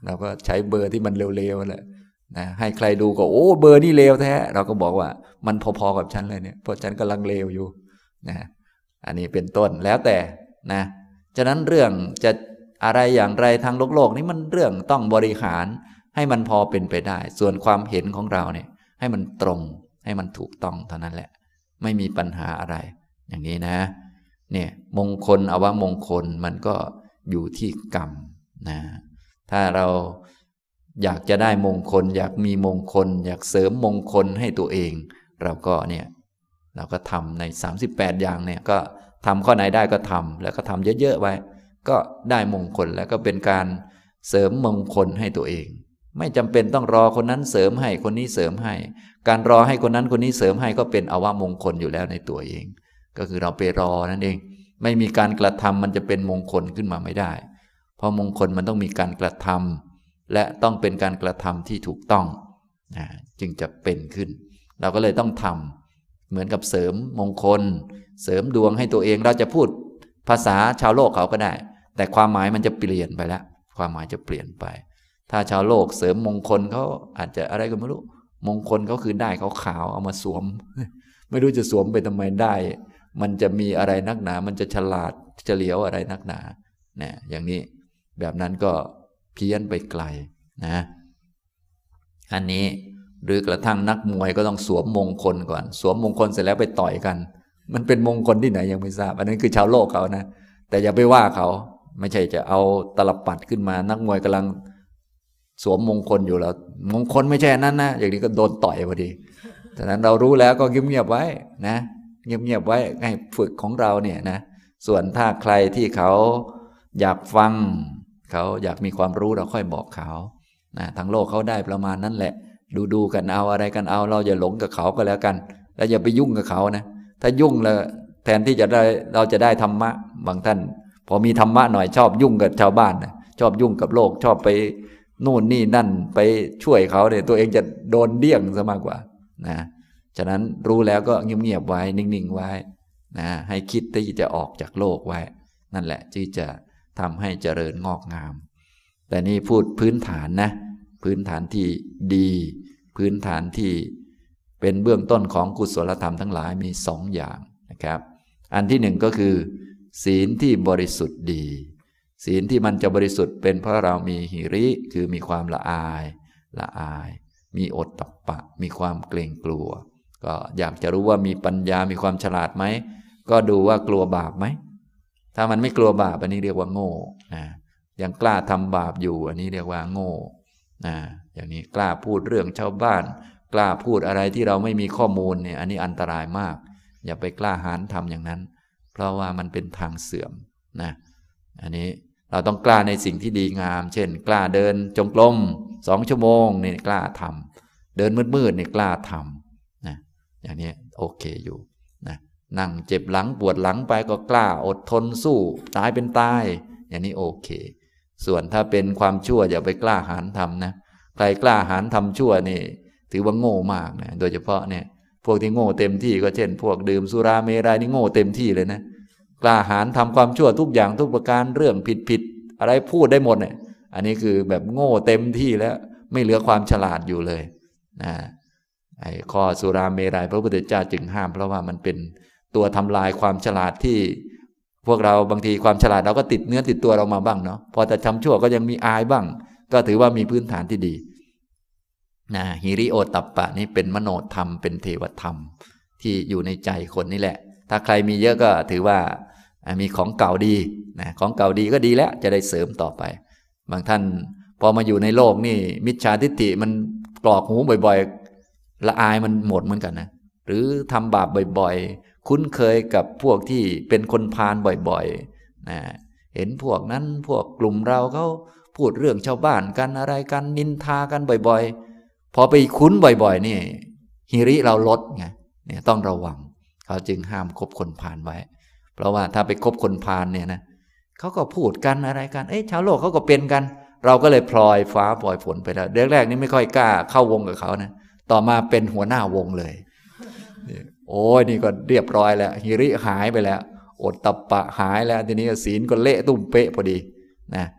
เราก็ใช้เบอร์ที่มันเร็วๆแหละนะให้ใครดูก็โอ้เบอร์นี่เลวแท้เราก็บอกว่ามันพอๆกับฉันเลยเนี่ยเพราะฉันกำลังเลวอยู่นะอันนี้เป็นต้นแล้วแต่นะฉะนั้นเรื่องจะอะไรอย่างไรทางโลกโลกนี้มันเรื่องต้องบริหารให้มันพอเป็นไปได้ส่วนความเห็นของเราเนี่ยให้มันตรงให้มันถูกต้องเท่านั้นแหละไม่มีปัญหาอะไรอย่างนี้นะเนี่ยมงคลอวมงคลมันก็อยู่ที่กรรมนะถ้าเราอยากจะได้มงคลอยากมีมงคลอยากเสริมมงคลให้ตัวเองเราก็เนี่ยเราก็ทำในสามสิบแปดอย่างเนี่ยก็ทำข้อไหนได้ก็ทำแล้วก็ทำเยอะๆไว้ก็ได้มงคลแล้วก็เป็นการเสริมมงคลให้ตัวเองไม่จำเป็นต้องรอคนนั้นเสริมให้คนนี้เสริมให้การรอให้คนนั้นคนนี้เสริมให้ก็เป็นอวมงคลอยู่แล้วในตัวเองก็คือเราไปรอนั่นเองไม่มีการกระทำมันจะเป็นมงคลขึ้นมาไม่ได้เพราะมงคลมันต้องมีการกระทำและต้องเป็นการกระทำที่ถูกต้องนะจึงจะเป็นขึ้นเราก็เลยต้องทำเหมือนกับเสริมมงคลเสริมดวงให้ตัวเองเราจะพูดภาษาชาวโลกเขาก็ได้แต่ความหมายมันจะเปลี่ยนไปแล้วความหมายจะเปลี่ยนไปถ้าชาวโลกเสริมมงคลเขาอาจจะอะไรก็ไม่รู้มงคลเขาคือได้เขาขาวเอามาสวมไม่รู้จะสวมไปทำไมได้มันจะมีอะไรนักหนามันจะฉลาดเฉลียวอะไรนักหนาเนี่ยอย่างนี้แบบนั้นก็เพี้ยนไปไกลนะอันนี้หรือกระทั่งนักมวยก็ต้องสวมมงคลก่อนสวมมงคลเสร็จแล้วไปต่อยกันมันเป็นมงคลที่ไหนยังไม่ทราบอันนั้นคือชาวโลกเขานะแต่อย่าไปว่าเขาไม่ใช่จะเอาตลับปัดขึ้นมานักมวยกำลังสวมมงคลอยู่แล้วมงคลไม่ใช่นั้นนะอย่างนี้ก็โดนต่อยพอดีฉะนั้นเรารู้แล้วก็เงียบๆไว้นะเงียบๆไว้ให้ฝึกของเราเนี่ยนะส่วนถ้าใครที่เขาอยากฟังเขาอยากมีความรู้เราค่อยบอกเขานะทั้งโลกเขาได้ประมาณนั้นแหละดูๆกันเอาอะไรกันเอาเราอย่าหลงกับเขาก็แล้วกันแล้วอย่าไปยุ่งกับเขานะถ้ายุ่งแล้วแทนที่จะได้เราจะได้ธรรมะบางท่านพอมีธรรมะหน่อยชอบยุ่งกับชาวบ้านนะชอบยุ่งกับโลกชอบไปนู่นนี่นั่นไปช่วยเขาเนี่ยตัวเองจะโดนเดี่ยงซะมากกว่านะฉะนั้นรู้แล้วก็เงียบๆไว้นิ่งๆไว้นะให้คิดที่จะออกจากโลกไว้นั่นแหละที่จะทำให้เจริญงอกงามแต่นี่พูดพื้นฐานนะพื้นฐานที่ดีพื้นฐานที่เป็นเบื้องต้นของกุศลธรรมทั้งหลายมีสองอย่างนะครับอันที่หนึ่งก็คือศีลที่บริสุทธิ์ดีศีลที่มันจะบริสุทธิ์เป็นเพราะเรามีหิริคือมีความละอายละอายมีโอตตัปปะมีความเกรงกลัวก็อยากจะรู้ว่ามีปัญญามีความฉลาดไหมก็ดูว่ากลัวบาปไหมถ้ามันไม่กลัวบาปอันนี้เรียกว่าโง่นะยังกล้าทำบาปอยู่อันนี้เรียกว่าโง่นะอย่างนี้กล้าพูดเรื่องชาวบ้านกล้าพูดอะไรที่เราไม่มีข้อมูลเนี่ยอันนี้อันตรายมากอย่าไปกล้าหาญทำอย่างนั้นเพราะว่ามันเป็นทางเสื่อมนะอันนี้เราต้องกล้าในสิ่งที่ดีงามเช่นกล้าเดินจงกรมสองชั่วโมงนี่กล้าทำเดินมืดๆนี่กล้าทำนะอย่างนี้โอเคอยู่นะนั่งเจ็บหลังปวดหลังไปก็กล้าอดทนสู้ตายเป็นตายอย่างนี้โอเคส่วนถ้าเป็นความชั่วอย่าไปกล้าหาญทำนะใครกล้าหาญทำชั่วนี่ถือว่าโง่มากนะโดยเฉพาะเนี่ยพวกที่โง่เต็มที่ก็เช่นพวกดื่มสุราเมรัยนี่โง่เต็มที่เลยนะกล้าหาญทำความชั่วทุกอย่างทุกประการเรื่องผิดๆอะไรพูดได้หมดเนี่ยอันนี้คือแบบโง่เต็มที่แล้วไม่เหลือความฉลาดอยู่เลยนะไอ้ข้อสุราเมรัยพระพุทธเจ้าจึงห้ามเพราะว่ามันเป็นตัวทำลายความฉลาดที่พวกเราบางทีความฉลาดเราก็ติดเนื้อติดตัวเรามาบ้างเนาะพอแต่ทำชั่วก็ยังมีอายบ้างก็ถือว่ามีพื้นฐานที่ดีนะหิริโอตตัปปะนี่เป็นมโนธรรมเป็นเทวธรรมที่อยู่ในใจคนนี่แหละถ้าใครมีเยอะก็ถือว่ามีของเก่าดีนะของเก่าดีก็ดีแล้วจะได้เสริมต่อไปบางท่านพอมาอยู่ในโลกนี่มิจฉาทิฏฐิมันกรอกหูบ่อยๆละอายมันหมดเหมือนกันนะหรือทำบาปบ่อยๆคุ้นเคยกับพวกที่เป็นคนพาลบ่อยๆนะเห็นพวกนั้นพวกกลุ่มเราเขาพูดเรื่องชาวบ้านกันอะไรกันนินทากันบ่อยๆพอไปคุ้นบ่อยๆนี่หิริเราลดไงเนี่ยต้องระวังเขาจึงห้ามคบคนพาลไว้เพราะว่าถ้าไปคบคนพาลเนี่ยนะเขาก็พูดกันอะไรกันเอ๊ะชาวโลกเขาก็เป็นกันเราก็เลยพลอยฟ้าพลอยฝนไปแล้วแรกๆนี่ไม่ค่อยกล้าเข้าวงกับเขานะต่อมาเป็นหัวหน้าวงเลยโอ้ยนี่ก็เรียบร้อยแล้วหิริหายไปแล้วโอตตัปปะหายแล้วทีนี้ศีลก็เละตุ้มเป๊ะพอดีนะ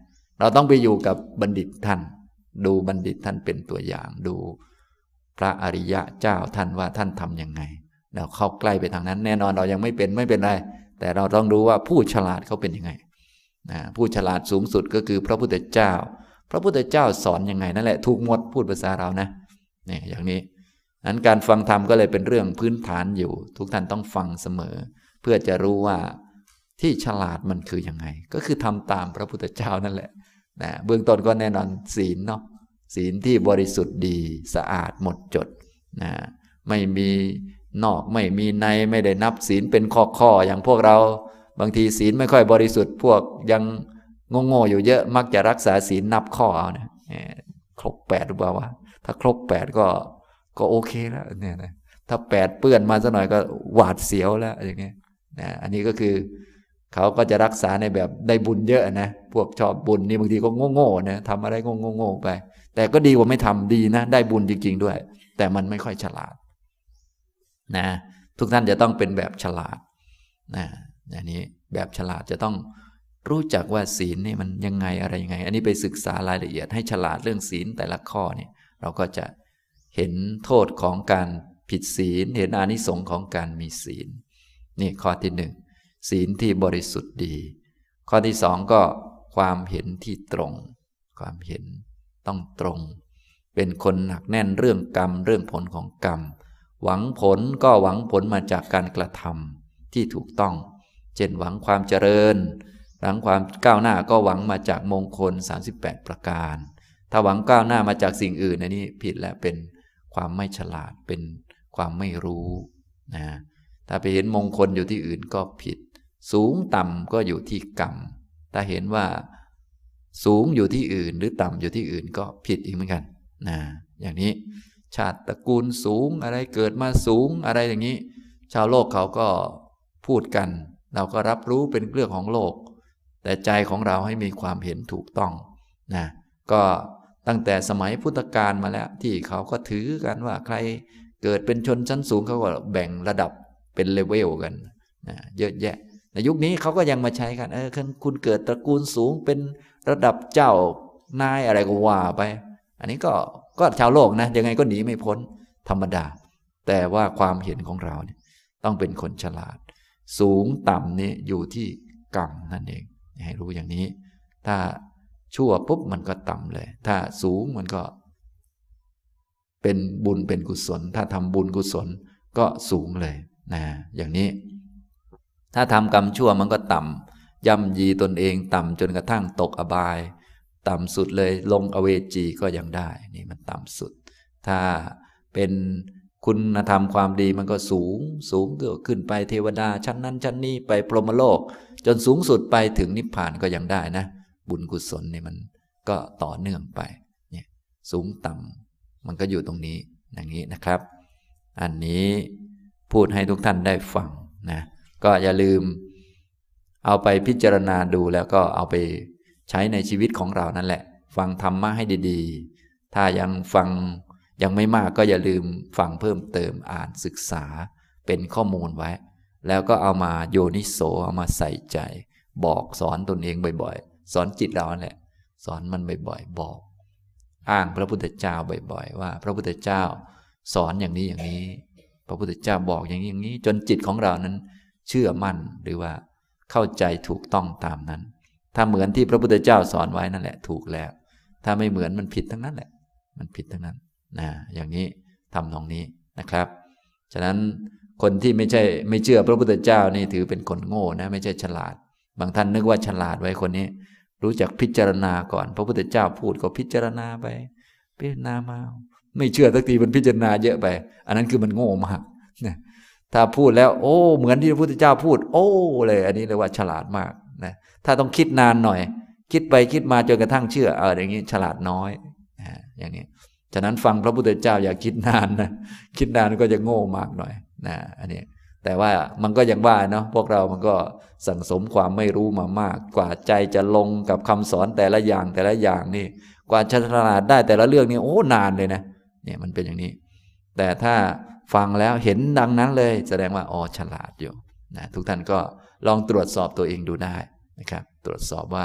เราต้องไปอยู่กับบัณฑิตท่านดูบัณฑิตท่านเป็นตัวอย่างดูพระอริยะเจ้าท่านว่าท่านทำยังไงเราเข้าใกล้ไปทางนั้นแน่นอนเรายังไม่เป็นไม่เป็นไรแต่เราต้องรู้ว่าผู้ฉลาดเขาเป็นยังไงนะผู้ฉลาดสูงสุดก็คือพระพุทธเจ้าพระพุทธเจ้าสอนยังไงนั่นแหละถูกหมดพูดภาษาเรานะเนี่ยอย่างนี้นั้นการฟังธรรมก็เลยเป็นเรื่องพื้นฐานอยู่ทุกท่านต้องฟังเสมอเพื่อจะรู้ว่าที่ฉลาดมันคือยังไงก็คือทำตามพระพุทธเจ้านั่นแหละนะเบื้องต้นก็แน่นอนศีลเนาะศีลที่บริสุทธิ์ดีสะอาดหมดจดนะไม่มีนอกไม่มีในไม่ได้นับศีลเป็นข้อๆอย่างพวกเราบางทีศีลไม่ค่อยบริสุทธิ์พวกยังโง่ๆอยู่เยอะมักจะรักษาศีลนับข้อเอานะครบแปดหรือเปล่าวะถ้าครบแปดก็ก็โอเคแล้วเนี่ยนะถ้าแปดเปื้อนมาสักหน่อยก็หวาดเสียวแล้วอย่างเงี้ยนะอันนี้ก็คือเขาก็จะรักษาในแบบได้บุญเยอะนะพวกชอบบุญนี่บางทีก็โง่ๆนะทำอะไรโง่ๆไปแต่ก็ดีกว่าไม่ทำดีนะได้บุญจริงๆด้วยแต่มันไม่ค่อยฉลาดนะทุกท่านจะต้องเป็นแบบฉลาดนะอย่างนี้แบบฉลาดจะต้องรู้จักว่าศีลนี่มันยังไงอะไรยังไงอันนี้ไปศึกษารายละเอียดให้ฉลาดเรื่องศีลแต่ละข้อเนี่ยเราก็จะเห็นโทษของการผิดศีลเห็นอานิสงส์ของการมีศีลนี่ข้อที่หนึ่งศีลที่บริสุทธิ์ดีข้อที่สองก็ความเห็นที่ตรงความเห็นต้องตรงเป็นคนหนักแน่นเรื่องกรรมเรื่องผลของกรรมหวังผลก็หวังผลมาจากการกระทำที่ถูกต้องเช่นหวังความเจริญหวังความก้าวหน้าก็หวังมาจากมงคลสามสิบแปดประการถ้าหวังก้าวหน้ามาจากสิ่งอื่นอันนี้ผิดและเป็นความไม่ฉลาดเป็นความไม่รู้นะถ้าไปเห็นมงคลอยู่ที่อื่นก็ผิดสูงต่ำก็อยู่ที่กรรมถ้าเห็นว่าสูงอยู่ที่อื่นหรือต่ำอยู่ที่อื่นก็ผิดอีกเหมือนกันนะอย่างนี้ชาติตระกูลสูงอะไรเกิดมาสูงอะไรอย่างนี้ชาวโลกเขาก็พูดกันเราก็รับรู้เป็นเรื่องของโลกแต่ใจของเราให้มีความเห็นถูกต้องนะก็ตั้งแต่สมัยพุทธกาลมาแล้วที่เขาก็ถือกันว่าใครเกิดเป็นชนชั้นสูงเขาก็แบ่งระดับเป็นเลเวลกันนะเยอะแยะในยุคนี้เขาก็ยังมาใช้กันเออคุณเกิดตระกูลสูงเป็นระดับเจ้านายอะไรก็ว่าไปอันนี้ก็ก็ชาวโลกนะยังไงก็หนีไม่พ้นธรรมดาแต่ว่าความเห็นของเราเนี่ยต้องเป็นคนฉลาดสูงต่ำนี่อยู่ที่กรรมนั่นเองให้รู้อย่างนี้ถ้าชั่วปุ๊บมันก็ต่ำเลยถ้าสูงมันก็เป็นบุญเป็นกุศลถ้าทำบุญกุศลก็สูงเลยนะอย่างนี้ถ้าทำกรรมชั่วมันก็ต่ำย่ำยีตนเองต่ำจนกระทั่งตกอบายต่ำสุดเลยลงอเวจีก็ยังได้นี่มันต่ำสุดถ้าเป็นคุณธรรมความดีมันก็สูงสูงก็ขึ้นไปเทวดาชั้นนั้นชั้นนี้ไปพรหมโลกจนสูงสุดไปถึงนิพพานก็ยังได้นะบุญกุศลนี่มันก็ต่อเนื่องไปเนี่ยสูงต่ำมันก็อยู่ตรงนี้อย่างนี้นะครับอันนี้พูดให้ทุกท่านได้ฟังนะก็อย่าลืมเอาไปพิจารณาดูแล้วก็เอาไปใช้ในชีวิตของเรานั่นแหละฟังธรรมะให้ดีๆถ้ายังฟังยังไม่มากก็อย่าลืมฟังเพิ่มเติมอ่านศึกษาเป็นข้อมูลไว้แล้วก็เอามาโยนิโสเอามาใส่ใจบอกสอนตนเองบ่อยๆสอนจิตเราแหละสอนมันบ่อยๆบอกอ้างพระพุทธเจ้าบ่อยๆว่าพระพุทธเจ้าสอนอย่างนี้อย่างนี้พระพุทธเจ้าบอกอย่างนี้อย่างนี้จนจิตของเรานั้นเชื่อมั่นหรือว่าเข้าใจถูกต้องตามนั้นถ้าเหมือนที่พระพุทธเจ้าสอนไว้นั่นแหละถูกแล้วถ้าไม่เหมือนมันผิดทั้งนั้นแหละมันผิดทั้งนั้นนะอย่างนี้ทำตรงนี้นะครับฉะนั้นคนที่ไม่ใช่ไม่เชื่อพระพุทธเจ้านี่ถือเป็นคนโง่นะไม่ใช่ฉลาดบางท่านนึกว่าฉลาดไว้คนนี้รู้จักพิจารณาก่อนพระพุทธเจ้าพูดก็พิจารณาไปพิจารณามาไม่เชื่อสักทีมันพิจารณาเยอะไปอันนั้นคือมันโง่มากนะถ้าพูดแล้วโอ้เหมือนที่พระพุทธเจ้าพูดโอ้เลยอันนี้เรียกว่าฉลาดมากนะถ้าต้องคิดนานหน่อยคิดไปคิดมาจนกระทั่งเชื่อเอออย่างนี้ฉลาดน้อยนะอย่างนี้ฉะนั้นฟังพระพุทธเจ้าอย่าคิดนานนะคิดนานก็จะโง่มากหน่อยนะอันนี้แต่ว่ามันก็ยังว่าเนาะพวกเรามันก็สั่งสมความไม่รู้มามากกว่าใจจะลงกับคำสอนแต่ละอย่างแต่ละอย่างนี่กว่าจะฉลาดได้แต่ละเรื่องนี่โอ้นานเลยนะเนี่ยมันเป็นอย่างนี้แต่ถ้าฟังแล้วเห็นดังนั้นเลยแสดงว่าอ๋อฉลาดอยู่นะทุกท่านก็ลองตรวจสอบตัวเองดูได้นะครับตรวจสอบว่า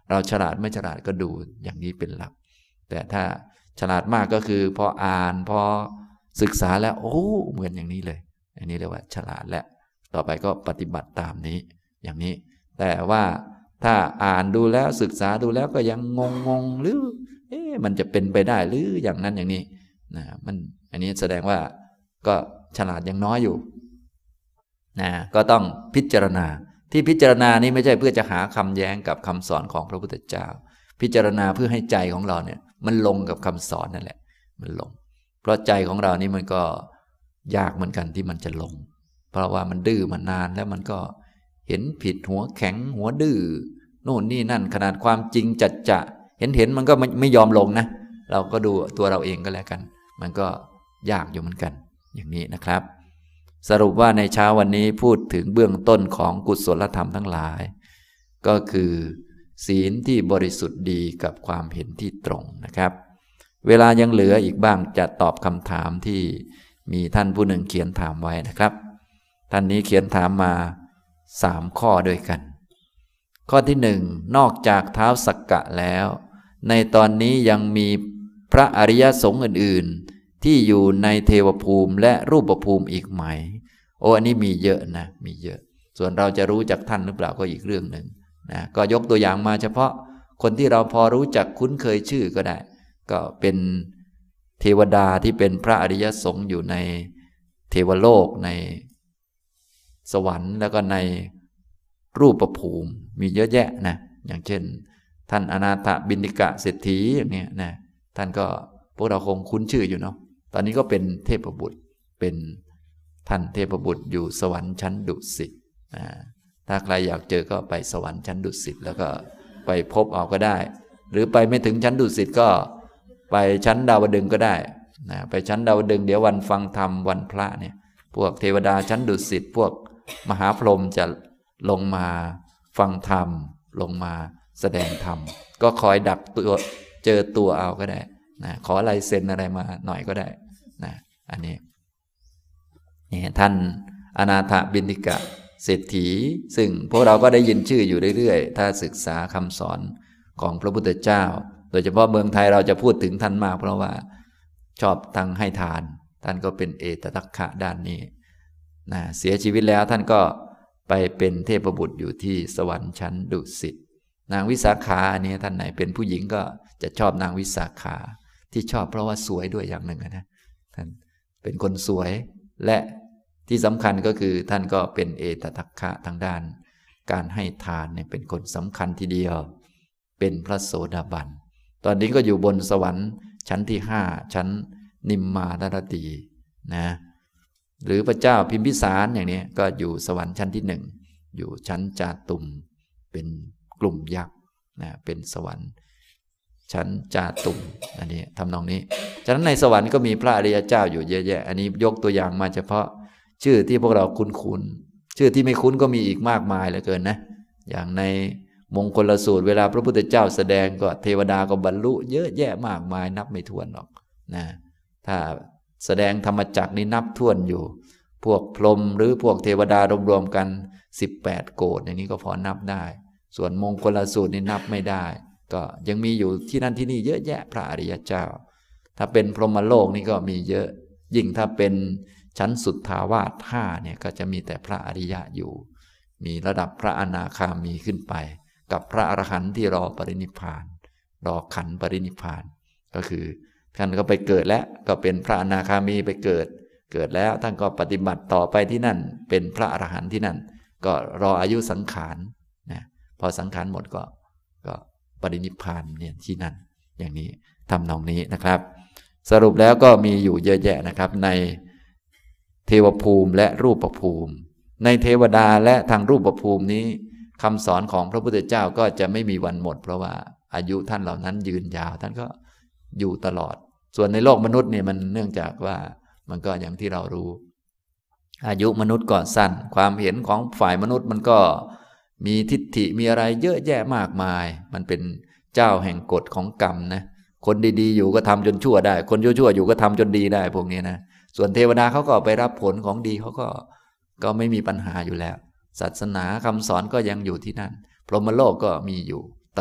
เราฉลาดไม่ฉลาดก็ดูอย่างนี้เป็นหลักแต่ถ้าฉลาดมากก็คือพออ่านพอศึกษาแล้วโอ้เหมือนอย่างนี้เลยอันนี้เรียกว่าฉลาดแล้วต่อไปก็ปฏิบัติตามนี้อย่างนี้แต่ว่าถ้าอ่านดูแล้วศึกษาดูแล้วก็ยังงงงหรือเอ๊ะมันจะเป็นไปได้หรืออย่างนั้นอย่างนี้นะมันอันนี้แสดงว่าก็ฉลาดยังน้อยอยู่นะก็ต้องพิจารณาที่พิจารณานี้ไม่ใช่เพื่อจะหาคำแย้งกับคำสอนของพระพุทธเจ้าพิจารณาเพื่อให้ใจของเราเนี่ยมันลงกับคำสอนนั่นแหละมันลงเพราะใจของเรานี่มันก็ยากเหมือนกันที่มันจะลงเพราะว่ามันดื้อมานานแล้วมันก็เห็นผิดหัวแข็งหัวดื้อโน่นนี่นั่นขนาดความจริงจัดจะเห็นเห็นมันก็ไม่ไม่ยอมลงนะเราก็ดูตัวเราเองก็แล้วกันมันก็ยากอยู่เหมือนกันอย่างนี้นะครับสรุปว่าในเช้าวันนี้พูดถึงเบื้องต้นของกุศลธรรมทั้งหลายก็คือศีลที่บริสุทธิ์ดีกับความเห็นที่ตรงนะครับเวลายังเหลืออีกบ้างจะตอบคำถามที่มีท่านผู้หนึ่งเขียนถามไว้นะครับท่านนี้เขียนถามมาสามข้อด้วยกันข้อที่หนึ่งนอกจากท้าวสักกะแล้วในตอนนี้ยังมีพระอริยสงฆ์อื่นๆที่อยู่ในเทวภูมิและรูปภูมิอีกไหมโอ้อันนี้มีเยอะนะมีเยอะส่วนเราจะรู้จักท่านหรือเปล่าก็อีกเรื่องหนึ่งนะก็ยกตัวอย่างมาเฉพาะคนที่เราพอรู้จักคุ้นเคยชื่อก็ได้ก็เป็นเทวดาที่เป็นพระอริยสงฆ์อยู่ในเทวโลกในสวรรค์แล้วก็ในรูปภูมิมีเยอะแยะนะอย่างเช่นท่านอนาถบิณฑิกะเศรษฐีอย่างนี้นะท่านก็พวกเราคงคุ้นชื่ออยู่เนาะตอนนี้ก็เป็นเทพบุตรเป็นท่านเทพบุตรอยู่สวรรค์ชั้นดุสิตนะถ้าใครอยากเจอก็ไปสวรรค์ชั้นดุสิตแล้วก็ไปพบเอาก็ได้หรือไปไม่ถึงชั้นดุสิตก็ไปชั้นดาวดึงส์ก็ได้นะไปชั้นดาวดึงส์เดี๋ยววันฟังธรรมวันพระเนี่ยพวกเทวดาชั้นดุสิตพวกมหาพรหมจะลงมาฟังธรรมลงมาแสดงธรรมก็คอยดักตัวเจอตัวเอาก็ได้นะขอลายเซ็นอะไรมาหน่อยก็ได้นะอันนี้นี่ท่านอนาถบิณฑิกะเศรษฐีซึ่งพวกเราก็ได้ยินชื่ออยู่เรื่อยๆถ้าศึกษาคำสอนของพระพุทธเจ้าโดยเฉพาะเมืองไทยเราจะพูดถึงท่านมากเพราะว่าชอบทั้งให้ทานท่านก็เป็นเอตตัคคะด้านนี้นะเสียชีวิตแล้วท่านก็ไปเป็นเทพบุตรอยู่ที่สวรรค์ชั้นดุสิตนางวิสาขาอันนี้ท่านไหนเป็นผู้หญิงก็จะชอบนางวิสาขาที่ชอบเพราะว่าสวยด้วยอย่างหนึ่งนะท่านเป็นคนสวยและที่สำคัญก็คือท่านก็เป็นเอตตัคคะทางด้านการให้ทานเนี่ยเป็นคนสำคัญทีเดียวเป็นพระโสดาบันตอนนี้ก็อยู่บนสวรรค์ชั้นที่ห้าชั้นนิมมานรดีนะหรือพระเจ้าพิมพิสารอย่างนี้ก็อยู่สวรรค์ชั้นที่หนึ่งอยู่ชั้นจาตุมเป็นกลุ่มยักษ์นะเป็นสวรรค์ชั้นจาตุมอันนี้ทำนองนี้ฉะนั้นในสวรรค์ก็มีพระอริยเจ้าอยู่เยอะแยะอันนี้ยกตัวอย่างมาเฉพาะชื่อที่พวกเราคุ้นๆชื่อที่ไม่คุ้นก็มีอีกมากมายเหลือเกินนะอย่างในมงคลสูตรเวลาพระพุทธเจ้าแสดงก็เทวดาก็บรรลุเยอะแยะมากมายนับไม่ถ้วนหรอกนะถ้าแสดงธรรมจักรนี่นับถ้วนอยู่พวกพรหมหรือพวกเทวดารวมๆกันสิบแปดโกฏอย่างนี้ก็พอนับได้ส่วนมงคลสูตรนี่นับไม่ได้ก็ยังมีอยู่ที่นั่นที่นี่เยอะแยะพระอริยเจ้าถ้าเป็นพรหมโลกนี่ก็มีเยอะยิ่งถ้าเป็นชั้นสุทธาวาสห้าเนี่ยก็จะมีแต่พระอริยะอยู่มีระดับพระอนาคามีขึ้นไปกับพระอรหันต์ที่รอปรินิพพานรอขันปรินิพพานก็คือท่านก็ไปเกิดแล้วก็เป็นพระอนาคามีไปเกิดเกิดแล้วท่านก็ปฏิบัติต่อไปที่นั่นเป็นพระอรหันต์ที่นั่นก็รออายุสังขารนะพอสังขารหมดก็ก็ปรินิพพานเนี่ยที่นั่นอย่างนี้ทำนองนี้นะครับสรุปแล้วก็มีอยู่เยอะแยะนะครับในเทวภูมิและรูปภูมิในเทวดาและทางรูปภูมินี้คำสอนของพระพุทธเจ้าก็จะไม่มีวันหมดเพราะว่าอายุท่านเหล่านั้นยืนยาวท่านก็อยู่ตลอดส่วนในโลกมนุษย์เนี่ยมันเนื่องจากว่ามันก็อย่างที่เรารู้อายุมนุษย์ก็สั้นความเห็นของฝ่ายมนุษย์มันก็มีทิฏฐิมีอะไรเยอะแยะมากมายมันเป็นเจ้าแห่งกฎของกรรมนะคนดีๆอยู่ก็ทำจนชั่วได้คนชั่วๆอยู่ก็ทำจนดีได้พวกนี้นะส่วนเทวดาเขาก็ไปรับผลของดีเขาก็ก็ไม่มีปัญหาอยู่แล้วศาสนาคำสอนก็ยังอยู่ที่นั่นพรหมโลกก็มีอยู่ตลอด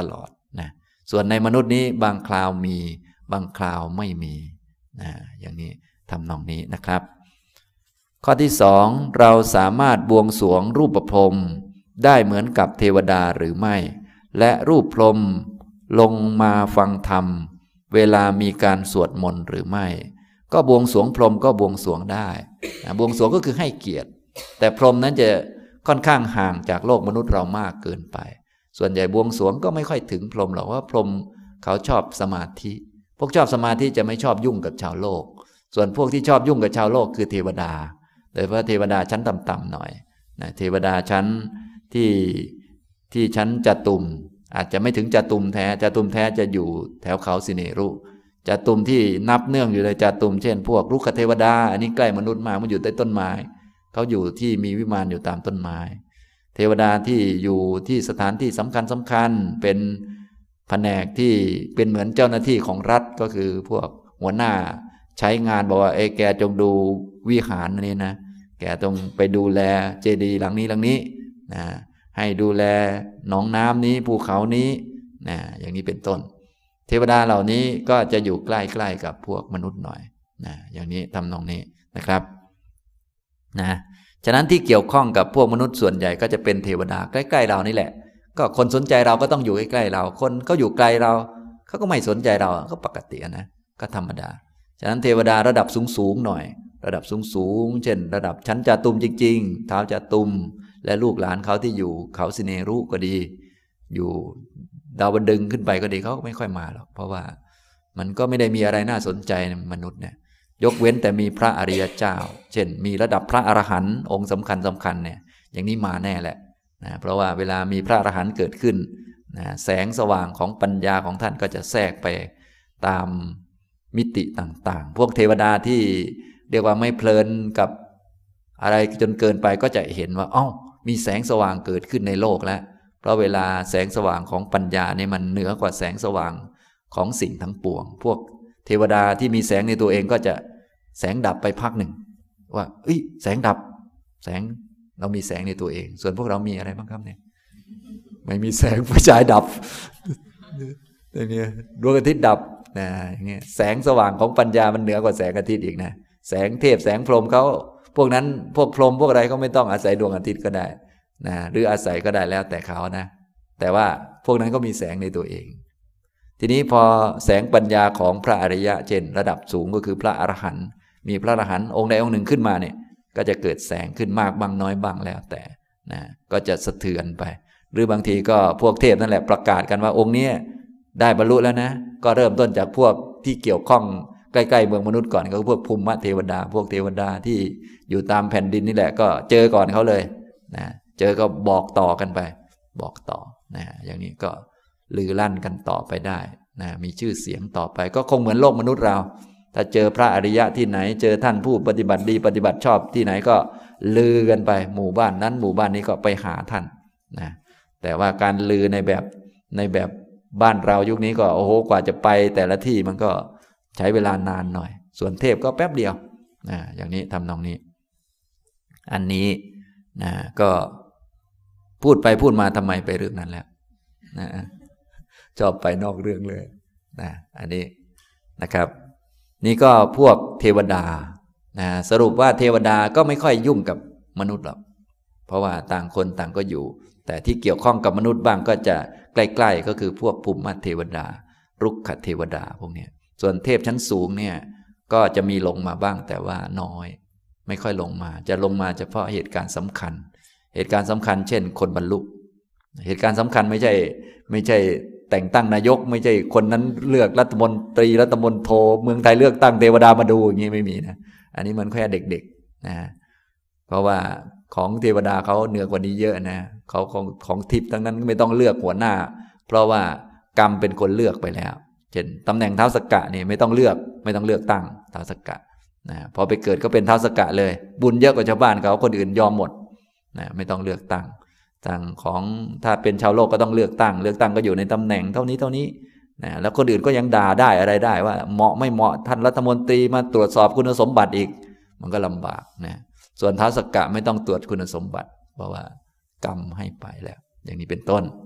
นะส่วนในมนุษย์นี้บางคราวมีบางคราวไม่มีนะอย่างนี้ทำนองนี้นะครับข้อที่สองเราสามารถบวงสรวงรูปพรหมได้เหมือนกับเทวดาหรือไม่และรูปพรหมลงมาฟังธรรมเวลามีการสวดมนต์หรือไม่ก็บวงสรวงพรหมก็บวงสรวงได้นะบวงสรวงก็คือให้เกียรติแต่พรหมนั้นจะค่อนข้างห่างจากโลกมนุษย์เรามากเกินไปส่วนใหญ่บวงสรวงก็ไม่ค่อยถึงพรหมหรอกว่าพรหมเขาชอบสมาธิพวกชอบสมาธิจะไม่ชอบยุ่งกับชาวโลกส่วนพวกที่ชอบยุ่งกับชาวโลกคือเทวดาโดยเฉพาะเทวดาชั้นต่ำๆหน่อยนะเทวดาชั้นที่ที่ชั้นจตุมอาจจะไม่ถึงจตุมแท้จตุมแท้จะอยู่แถวเขาสิเนรุจตุมที่นับเนื่องอยู่ในจตุมเช่นพวกรุกขเทวดาอันนี้ใกล้มนุษย์มากมันอยู่ใต้ต้นไม้เขาอยู่ที่มีวิมานอยู่ตามต้นไม้เทวดาที่อยู่ที่สถานที่สำคัญสำคัญเป็นแผนกที่เป็นเหมือนเจ้าหน้าที่ของรัฐก็คือพวกหัวหน้าใช้งานบอกว่าเอแกจงดูวิหารนี้นะแกต้องไปดูแลเจดีย์หลังนี้หลังนี้นะให้ดูแลหนองน้ำนี้ภูเขานี้นะอย่างนี้เป็นต้นเทวดาเหล่านี้ก็จะอยู่ใกล้ๆกับพวกมนุษย์หน่อยนะอย่างนี้ทำนองนี้นะครับนะฉะนั้นที่เกี่ยวข้องกับพวกมนุษย์ส่วนใหญ่ก็จะเป็นเทวดาใกล้ๆเรานี่แหละก็คนสนใจเราก็ต้องอยู่ใกล้ๆเราคนเขาอยู่ไกลเราเขาก็ไม่สนใจเราก็ปกตินะก็ธรรมดาฉะนั้นเทวดาระดับสูงๆหน่อยระดับสูงๆเช่นระดับชั้นจาตุมจริงๆท้าวจาตุมและลูกหลานเขาที่อยู่เขาสิเนรุก็ดีอยู่ดาวดึงขึ้นไปก็ดีเขาไม่ค่อยมาหรอกเพราะว่ามันก็ไม่ได้มีอะไรน่าสนใจในมนุษย์เนี่ยยกเว้นแต่มีพระอริยเจ้าเช่นมีระดับพระอรหันต์องค์สำคัญสำคัญเนี่ยอย่างนี้มาแน่แหละนะเพราะว่าเวลามีพระอรหันต์เกิดขึ้นนะแสงสว่างของปัญญาของท่านก็จะแทรกไปตามมิติต่างๆพวกเทวดาที่เรียกว่าไม่เพลินกับอะไรจนเกินไปก็จะเห็นว่าอ้าวมีแสงสว่างเกิดขึ้นในโลกแล้วเพราะเวลาแสงสว่างของปัญญาเนี่ยมันเหนือกว่าแสงสว่างของสิ่งทั้งปวงพวกเทวดาที่มีแสงในตัวเองก็จะแสงดับไปพักหนึ่งว่าเอ้ยแสงดับแสงเรามีแสงในตัวเองส่วนพวกเรามีอะไรบ้างครับเนี่ยไม่มีแสงไฟฉายดับอย่างเงี้ยดวงอาทิตย์ดับนะอย่างเงี้ยแสงสว่างของปัญญามันเหนือกว่าแสงอาทิตย์อีกนะแสงเทพแสงพรหมเขาพวกนั้นพวกพรหมพวกอะไรเขาไม่ต้องอาศัยดวงอาทิตย์ก็ได้นะหรืออาศัยก็ได้แล้วแต่เขานะแต่ว่าพวกนั้นก็มีแสงในตัวเองทีนี้พอแสงปัญญาของพระอริยะเช่นระดับสูงก็คือพระอรหันต์มีพระอรหันต์องค์ใดองค์หนึ่งขึ้นมาเนี่ยก็จะเกิดแสงขึ้นมากบ้างน้อยบ้างแล้วแต่นะก็จะสะเทือนไปหรือบางทีก็พวกเทพนั่นแหละประกาศกันว่าองค์นี้ได้บรรลุแล้วนะก็เริ่มต้นจากพวกที่เกี่ยวข้องใกล้ๆเมืองมนุษย์ก่อนก็พวกภูมิเทวดาพวกเทวดาที่อยู่ตามแผ่นดินนี่แหละก็เจอก่อนเขาเลยนะเจอก็บอกต่อกันไปบอกต่อนะอย่างนี้ก็ลือลั่นกันต่อไปได้นะมีชื่อเสียงต่อไปก็คงเหมือนโลกมนุษย์เราถ้าเจอพระอริยะที่ไหนเจอท่านผู้ปฏิบัติดีปฏิบัติชอบที่ไหนก็ลือกันไปหมู่บ้านนั้นหมู่บ้านนี้ก็ไปหาท่านนะแต่ว่าการลือในแบบในแบบบ้านเรายุคนี้ก็โอ้โหกว่าจะไปแต่ละที่มันก็ใช้เวลานานหน่อยส่วนเทพก็แป๊บเดียวนะอย่างนี้ทำนองนี้อันนี้นะก็พูดไปพูดมาทำไมไปเรื่องนั้นแล้วนะชอบไปนอกเรื่องเลยนะอันนี้นะครับนี่ก็พวกเทวดานะสรุปว่าเทวดาก็ไม่ค่อยยุ่งกับมนุษย์หรอกเพราะว่าต่างคนต่างก็อยู่แต่ที่เกี่ยวข้องกับมนุษย์บ้างก็จะใกล้ๆก็คือพวกภูมิเทวดารุกขเทวดาพวกนี้ส่วนเทพชั้นสูงเนี่ยก็จะมีลงมาบ้างแต่ว่าน้อยไม่ค่อยลงมาจะลงมาเฉพาะเหตุการณ์สำคัญเหตุการณ์สำคัญเช่นคนบรรลุเหตุการณ์สำคัญไม่ใช่ไม่ใช่แต่งตั้งนายกไม่ใช่คนนั้นเลือกรัฐมนตรีรัฐมนโทเมืองไทยเลือกตั้งเทวดามาดูอย่างนี้ไม่มีนะอันนี้มันแค่เด็กๆนะเพราะว่าของเทวดาเขาเหนือกว่านี้เยอะนะเขาของของทิพย์ทั้งนั้นไม่ต้องเลือกหัวหน้าเพราะว่ากรรมเป็นคนเลือกไปแล้วเช่นตำแหน่งท้าวสักกะนี่ไม่ต้องเลือกไม่ต้องเลือกตั้งท้าวสักกะนะพอไปเกิดก็เป็นท้าวสักกะเลยบุญเยอะกว่าชาวบ้านเขาคนอื่นยอมหมดนะไม่ต้องเลือกตั้งต่างของถ้าเป็นชาวโลกก็ต้องเลือกตั้งเลือกตั้งก็อยู่ในตำแหน่งเท่านี้เท่านี้นะแล้วคนอื่นก็ยังด่าได้อะไรได้ว่าเหมาะไม่เหมาะท่านรัฐมนตรีมาตรวจสอบคุณสมบัติอีกมันก็ลำบากนะส่วนท้าวสักกะไม่ต้องตรวจคุณสมบัติเพราะว่ากรรมให้ไปแล้วอย่างนี้เป็นต้น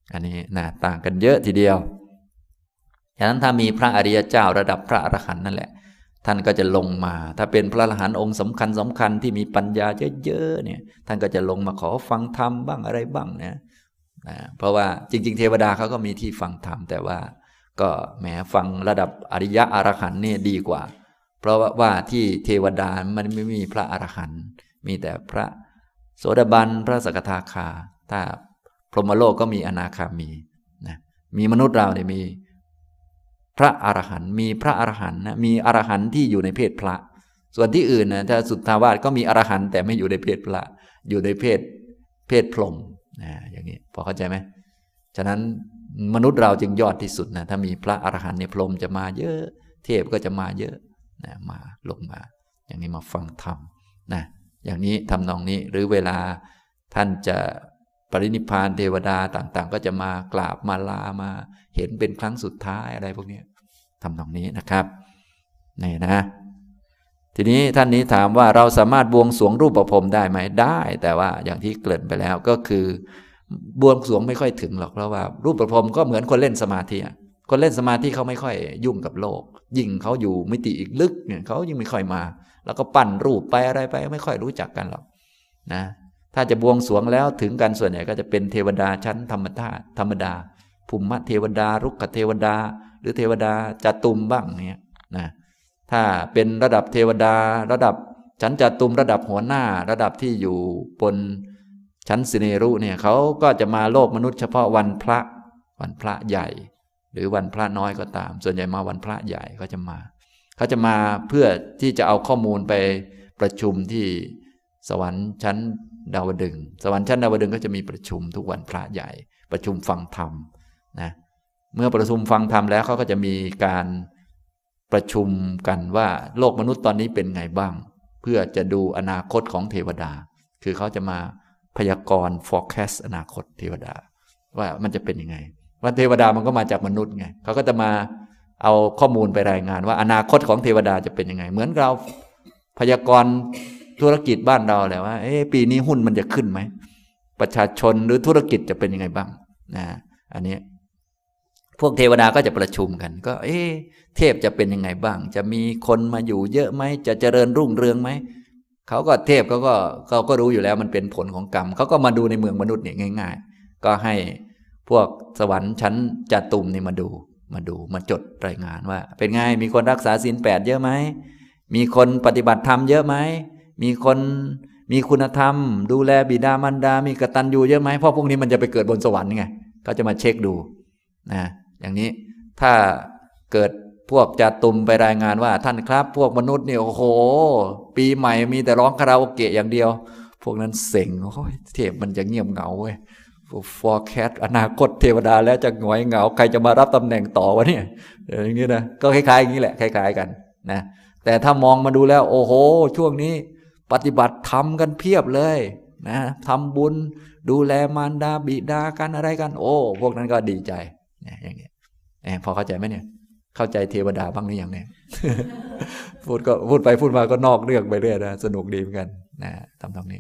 อันนี้นะต่างกันเยอะทีเดียวฉะนั้นถ้ามีพระอริยเจ้าระดับพระอรหันต์นั่นแหละท่านก็จะลงมาถ้าเป็นพระอรหันต์องค์สำคัญสำคัญที่มีปัญญาเยอะๆเนี่ยท่านก็จะลงมาขอฟังธรรมบ้างอะไรบ้างนะนะเพราะว่าจริงๆเทวดาเขาก็มีที่ฟังธรรมแต่ว่าก็แหมฟังระดับอริยะอรหันต์นี่ดีกว่าเพราะว่าที่เทวดามันไม่มีพระอรหันต์มีแต่พระโสดาบันพระสกทาคาถ้าพรหมโลกก็มีอนาคามีนะมีมนุษย์เราเนี่ยมีพระอรหันต์มีพระอรหันต์นะมีอรหันต์ที่อยู่ในเพศพระส่วนที่อื่นนะถ้าสุทธาวาสก็มีอรหันต์แต่ไม่อยู่ในเพศพระอยู่ในเพศเพศพรหมนะอย่างนี้พอเข้าใจไหมฉะนั้นมนุษย์เราจึงยอดที่สุดนะถ้ามีพระอรหันต์เนี่ยพรหมจะมาเยอะเทพก็จะมาเยอะนะมาลงมาอย่างนี้มาฟังธรรมนะอย่างนี้ทำนองนี้หรือเวลาท่านจะปรินิพพานเทวดาต่างๆก็จะมากราบมาลามาเห็นเป็นครั้งสุดท้ายอะไรพวกนี้ทำตรงนี้นะครับนี่นะทีนี้ท่านนี้ถามว่าเราสามารถบวงสรวงรูปประพรมได้ไหมได้แต่ว่าอย่างที่เกริ่นไปแล้วก็คือบวงสรวงไม่ค่อยถึงหรอกเพราะว่ารูปประพรมก็เหมือนคนเล่นสมาธิคนเล่นสมาธิเขาไม่ค่อยยุ่งกับโลกยิ่งเขาอยู่มิติอีกลึกเนี่ยเขายิ่งไม่ค่อยมาแล้วก็ปั้นรูปไปอะไรไปไม่ค่อยรู้จักกันหรอกนะถ้าจะบวงสรวงแล้วถึงกันส่วนใหญ่ก็จะเป็นเทวดาชั้นธรรมธาตุธรรมดาภูมิเทวดารุกขเทวดาหรือเทวดาจตุมบ้างเนี่ยนะถ้าเป็นระดับเทวดาระดับชั้นจตุมระดับหัวหน้าระดับที่อยู่บนชั้นสิเนรุเนี่ยเขาก็จะมาโลกมนุษย์เฉพาะวันพระวันพระใหญ่หรือวันพระน้อยก็ตามส่วนใหญ่มาวันพระใหญ่เขาจะมาเขาจะมาเพื่อที่จะเอาข้อมูลไปประชุมที่สวรรค์ชั้นดาวดึงส์สวรรค์ชั้นดาวดึงส์ก็จะมีประชุมทุกวันพระใหญ่ประชุมฟังธรรมนะเมื่อประชุมฟังธรรมแล้วเขาก็จะมีการประชุมกันว่าโลกมนุษย์ตอนนี้เป็นไงบ้างเพื่อจะดูอนาคตของเทวดาคือเขาจะมาพยากรณ์ forecast อนาคตเทวดาว่ามันจะเป็นยังไงว่าเทวดามันก็มาจากมนุษย์ไงเขาก็จะมาเอาข้อมูลไปรายงานว่าอนาคตของเทวดาจะเป็นยังไงเหมือนเราพยากรณ์ธุรกิจบ้านเราแหละว่าเอ๊ะปีนี้หุ้นมันจะขึ้นไหมประชาชนหรือธุรกิจจะเป็นยังไงบ้างนะอันนี้พวกเทวดาก็จะประชุมกันก็เอ๊ะเทพจะเป็นยังไงบ้างจะมีคนมาอยู่เยอะไหมจะเจริญรุ่งเรืองไหมเขาก็เทพเขาก็เขาก็รู้อยู่แล้วมันเป็นผลของกรรมเขาก็มาดูในเมืองมนุษย์เนี่ยง่ายๆก็ให้พวกสวรรค์ชั้นจตุมนี่มาดูมาดูมาจดรายงานว่าเป็นไงมีคนรักษาศีลแปดเยอะไหมมีคนปฏิบัติธรรมเยอะไหมมีคนมีคุณธรรมดูแลบิดามารดามีกตัญญูเยอะไหมเพราะพวกนี้มันจะไปเกิดบนสวรรค์ไงเขาจะมาเช็คดูนะอย่างนี้ถ้าเกิดพวกจตุมไปรายงานว่าท่านครับพวกมนุษย์เนี่ยโอ้โหปีใหม่มีแต่ร้องคาราโอเกะอย่างเดียวพวกนั้นเซ็งโอ้ยเทพมันจะเงียบเหงาเว้ยforecast อนาคตเทวดาแล้วจะหงอยเหงาใครจะมารับตำแหน่งต่อวะเนี่ยอย่างนี้นะก็คล้ายๆอย่างนี้แหละคล้ายๆกันนะแต่ถ้ามองมาดูแล้วโอ้โหช่วงนี้ปฏิบัติธรรมกันเพียบเลยนะทำบุญดูแลมารดาบิดากันอะไรกันโอ้พวกนั้นก็ดีใจเนี่ยอย่างนี้พอเข้าใจไหมเนี่ยเข้าใจเทวดาบ้างหรือยังเนี่ย พูดก็พูดไปพูดมาก็นอกเรื่องไปเรื่อยนะสนุกดีเหมือนกันนะทำตรงนี้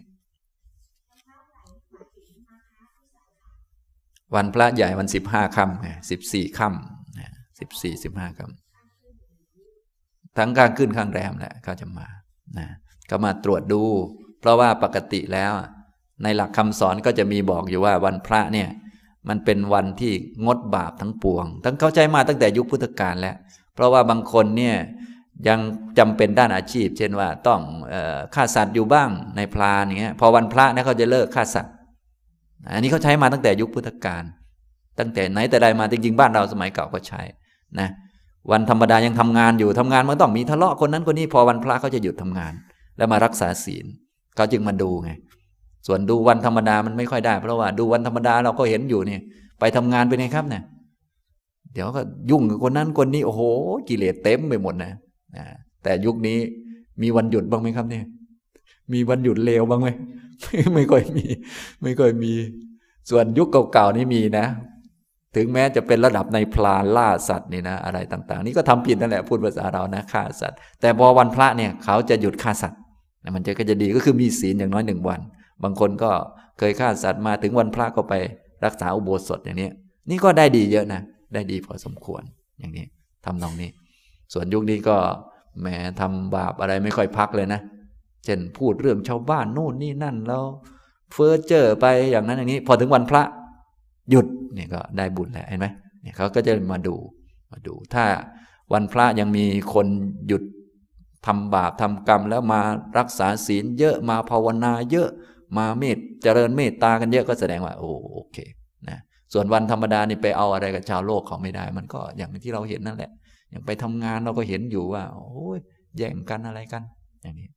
วันพระใหญ่วันสิบห้าค่ำไงสิบสี่ค่ำสิบสี่สิบห้าค่ำทั้งข้างขึ้นข้างแรมแหละเขาจะมานะก็มาตรวจดูเพราะว่าปกติแล้วในหลักคำสอนก็จะมีบอกอยู่ว่าวันพระเนี่ยมันเป็นวันที่งดบาปทั้งปวงทั้งเข้าใจมาตั้งแต่ยุคพุทธกาลแล้วเพราะว่าบางคนเนี่ยยังจำเป็นด้านอาชีพเช่นว่าต้องเอ่อฆ่าสัตว์อยู่บ้างในพรานอย่างเงี้ยพอวันพระเนี่ยเขาจะเลิกฆ่าสัตว์อันนี้เขาใช้มาตั้งแต่ยุคพุทธกาลตั้งแต่ไหนแต่ใดมาจริงๆบ้านเราสมัยเก่าก็ใช้นะวันธรรมดายังทำงานอยู่ทำงานมันต้องมีทะเลาะคนนั้นคนนี้พอวันพระเขาจะหยุดทำงานแล้วมารักษาศีลเขาจึงมาดูไงส่วนดูวันธรรมดามันไม่ค่อยได้เพราะว่าดูวันธรรมดาเราก็เห็นอยู่นี่ไปทำงานไปไงครับเนี่ยเดี๋ยวก็ยุ่งกับคนนั้นคนนี้โอ้โหกิเลสเต็มไปหมดนะแต่ยุคนี้มีวันหยุดบ้างไหมครับเนี่ยมีวันหยุดเลวบ้างไหมไม่ค่อยมีไม่ค่อยมีส่วนยุคเก่าๆนี่มีนะถึงแม้จะเป็นระดับในพรานล่าสัตว์นี่นะอะไรต่างๆนี่ก็ทำผิดนั่นแหละพูดภาษาเรานะฆ่าสัตว์แต่พอวันพระเนี่ยเขาจะหยุดฆ่าสัตว์มันจะก็จะดีก็คือมีศีลอย่างน้อยหนึ่งวันบางคนก็เคยฆ่าสัตว์มาถึงวันพระก็ไปรักษาอุโบสถอย่างนี้นี่ก็ได้ดีเยอะนะได้ดีพอสมควรอย่างนี้ทำนองนี้ส่วนยุคนี้ก็แหมทำบาปอะไรไม่ค่อยพักเลยนะเช่นพูดเรื่องชาวบ้านโน่นนี่นั่นแล้วเฟ้อเจ้อไปอย่างนั้นอย่างนี้พอถึงวันพระหยุดเนี่ยก็ได้บุญแล้วเห็นไหมเนี่ยเขาก็จะมาดูมาดูถ้าวันพระยังมีคนหยุดทำบาปทำกรรมแล้วมารักษาศีลเยอะมาภาวนาเยอะมาเมตเจริญเมตตากันเยอะก็แสดงว่าโอ้โอเคนะส่วนวันธรรมดานี่ไปเอาอะไรกับชาวโลกเขาไม่ได้มันก็อย่างที่เราเห็นนั่นแหละอย่างไปทำงานเราก็เห็นอยู่ว่าโอ้ยแย่งกันอะไรกันอย่างนี้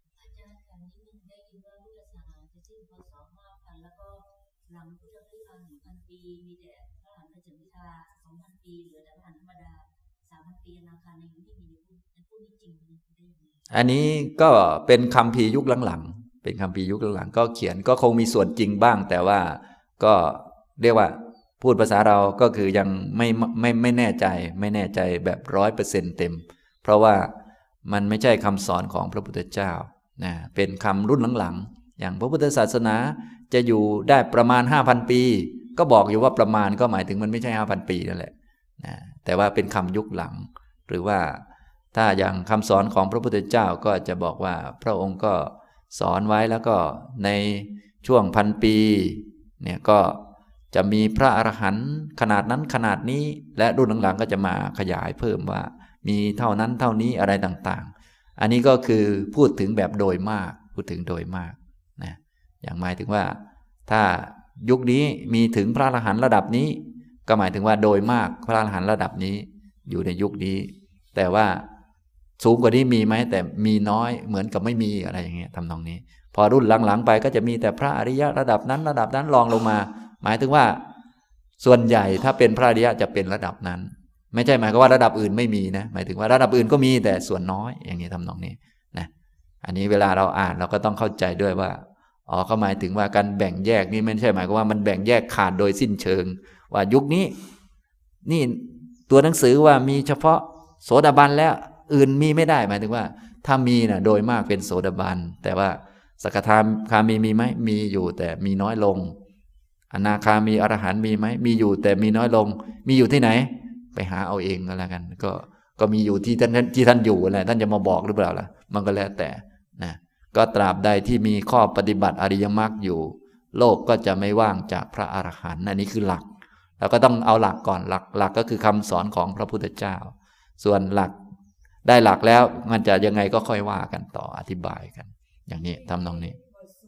อันนี้ก็เป็นคัมภีร์ยุคหลังๆเป็นคัมภีร์ยุคหลังๆก็เขียนก็คงมีส่วนจริงบ้างแต่ว่าก็เรียกว่าพูดภาษาเราก็คือยังไม่ไม่ไม่แน่ใจไม่แน่ใจแบบร้อยเปอร์เซ็นต์เต็มเพราะว่ามันไม่ใช่คำสอนของพระพุทธเจ้านะเป็นคำรุ่นหลังๆอย่างพระพุทธศาสนาจะอยู่ได้ประมาณ ห้าพัน ปีก็บอกอยู่ว่าประมาณก็หมายถึงมันไม่ใช่ ห้าพัน ปีนั่นแหละนะแต่ว่าเป็นคำยุคหลังหรือว่าถ้าอย่างคำสอนของพระพุทธเจ้าก็จะบอกว่าพระองค์ก็สอนไว้แล้วก็ในช่วงพันปีเนี่ยก็จะมีพระอรหันต์ขนาดนั้นขนาดนี้และรุ่นหลังๆก็จะมาขยายเพิ่มว่ามีเท่านั้นเท่านี้อะไรต่างๆอันนี้ก็คือพูดถึงแบบโดยมากพูดถึงโดยมากนะอย่างหมายถึงว่าถ้ายุคนี้มีถึงพระอรหันต์ระดับนี้ก็หมายถึงว่าโดยมากพระอรหันต์ระดับนี้อยู่ในยุคนี้แต่ว่าสูงกว่านี้มีไหมแต่มีน้อยเหมือนกับไม่มีอะไรอย่างเงี้ยทำนองนี้พอรุ่นหลังๆไปก็จะมีแต่พระอริยะระดับนั้นระดับนั้นรองลงมาหมายถึงว่าส่วนใหญ่ถ้าเป็นพระอริยะจะเป็นระดับนั้นไม่ใช่หมายความว่าระดับอื่นไม่มีนะหมายถึงว่าระดับอื่นก็มีแต่ส่วนน้อยอย่างนี้ทำนองนี้นะอันนี้เวลาเราอ่านเราก็ต้องเข้าใจด้วยว่าอ๋อเขาหมายถึงว่าการแบ่งแยกนี่ไม่ใช่หมายความว่ามันแบ่งแยกขาดโดยสิ้นเชิงว่ายุคนี้นี่ตัวหนังสือว่ามีเฉพาะโสดาบันแล้วอื่นมีไม่ได้หมายถึงว่าถ้ามีนะโดยมากเป็นโสดาบันแต่ว่าสกทาคามีมีไหมมีอยู่แต่มีน้อยลงอนาคามีอรหันต์มีไหมมีอยู่แต่มีน้อยลงมีอยู่ที่ไหนไปหาเอาเองก็แล้วกันก็ก็มีอยู่ที่ท่านที่ท่านอยู่อะไรท่านจะมาบอกหรือเปล่าล่ะมันก็แล้วแต่นะก็ตราบใดที่มีข้อปฏิบัติอริยมรรคอยู่โลกก็จะไม่ว่างจากพระอรหันต์อันนี้คือหลักเราก็ต้องเอาหลักก่อนหลักหลักก็คือคำสอนของพระพุทธเจ้าส่วนหลักได้หลักแล้วมันจะยังไงก็ค่อยว่ากันต่ออธิบายกันอย่างนี้ทำตรงนี้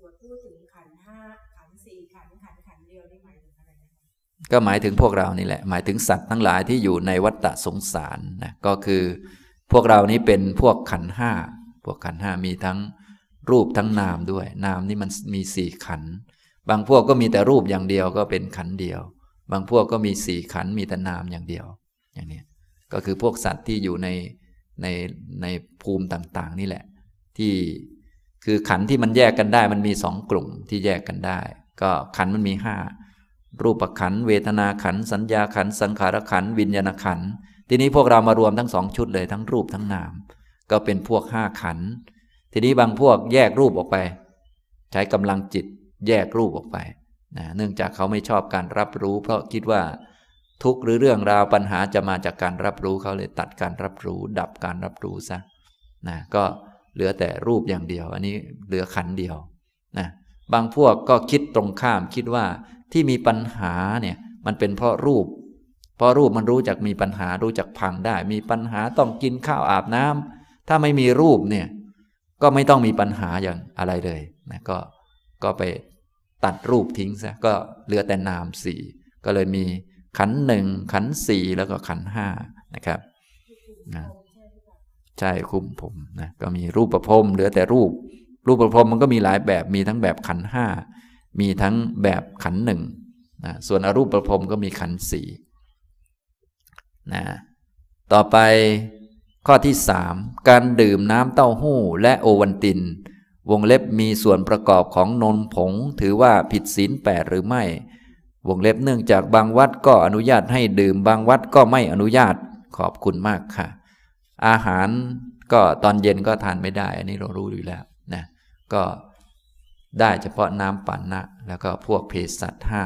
ก็หมายถึงพวกเรานี่แหละหมายถึงสัตว์ทั้งหลายที่อยู่ในวัฏสงสารนะก็คือพวกเรานี้เป็นพวกขันธ์ห้าพวกขันธ์ห้ามีทั้งรูปทั้งนามด้วยนามนี่มันมีสี่ขันธ์บางพวกก็มีแต่รูปอย่างเดียวก็เป็นขันธ์เดียวบางพวกก็มีสี่ขันธ์มีแต่นามอย่างเดียวอย่างนี้ก็คือพวกสัตว์ที่อยู่ในในในภูมิต่างๆนี่แหละที่คือขันธ์ที่มันแยกกันได้มันมีสองกลุ่มที่แยกกันได้ก็ขันธ์มันมีห้ารูปขันธ์เวทนาขันธ์สัญญาขันธ์สังขารขันธ์วิญญาณขันธ์ทีนี้พวกเรามารวมทั้งสองชุดเลยทั้งรูปทั้งนามก็เป็นพวกห้าขันธ์ทีนี้บางพวกแยกรูปออกไปใช้กำลังจิตแยกรูปออกไปนะเนื่องจากเขาไม่ชอบการรับรู้เพราะคิดว่าทุกข์หรือเรื่องราวปัญหาจะมาจากการรับรู้เขาเลยตัดการรับรู้ดับการรับรู้ซะนะก็เหลือแต่รูปอย่างเดียวอันนี้เหลือขันธ์เดียวนะบางพวกก็คิดตรงข้ามคิดว่าที่มีปัญหาเนี่ยมันเป็นเพราะรูปเพราะรูปมันรู้จักมีปัญหารู้จักพังได้มีปัญหาต้องกินข้าวอาบน้ำถ้าไม่มีรูปเนี่ยก็ไม่ต้องมีปัญหาอย่างอะไรเลยนะก็ก็ไปตัดรูปทิ้งซะก็เหลือแต่นามสี่ก็เลยมีขันธ์หนึ่งขันธ์สี่แล้วก็ขันธ์ห้านะครับนะใช่คุมผมนะก็มีรูปประพรมเหลือแต่รูปรูปประพรมมันก็มีหลายแบบมีทั้งแบบขันธ์ห้ามีทั้งแบบขันธ์หนึ่งนะส่วนอรูปประพรมก็มีขันธ์สี่นะต่อไปข้อที่สามการดื่มน้ำเต้าหู้และโอวัลตินวงเล็บมีส่วนประกอบของนมผงถือว่าผิดศีลแปดหรือไม่วงเล็บเนื่องจากบางวัดก็อนุญาตให้ดื่มบางวัดก็ไม่อนุญาตขอบคุณมากค่ะอาหารก็ตอนเย็นก็ทานไม่ได้อันนี้เรารู้อยู่แล้วนะก็ได้เฉพาะน้ำปั่นนะแล้วก็พวกเภสัชห้า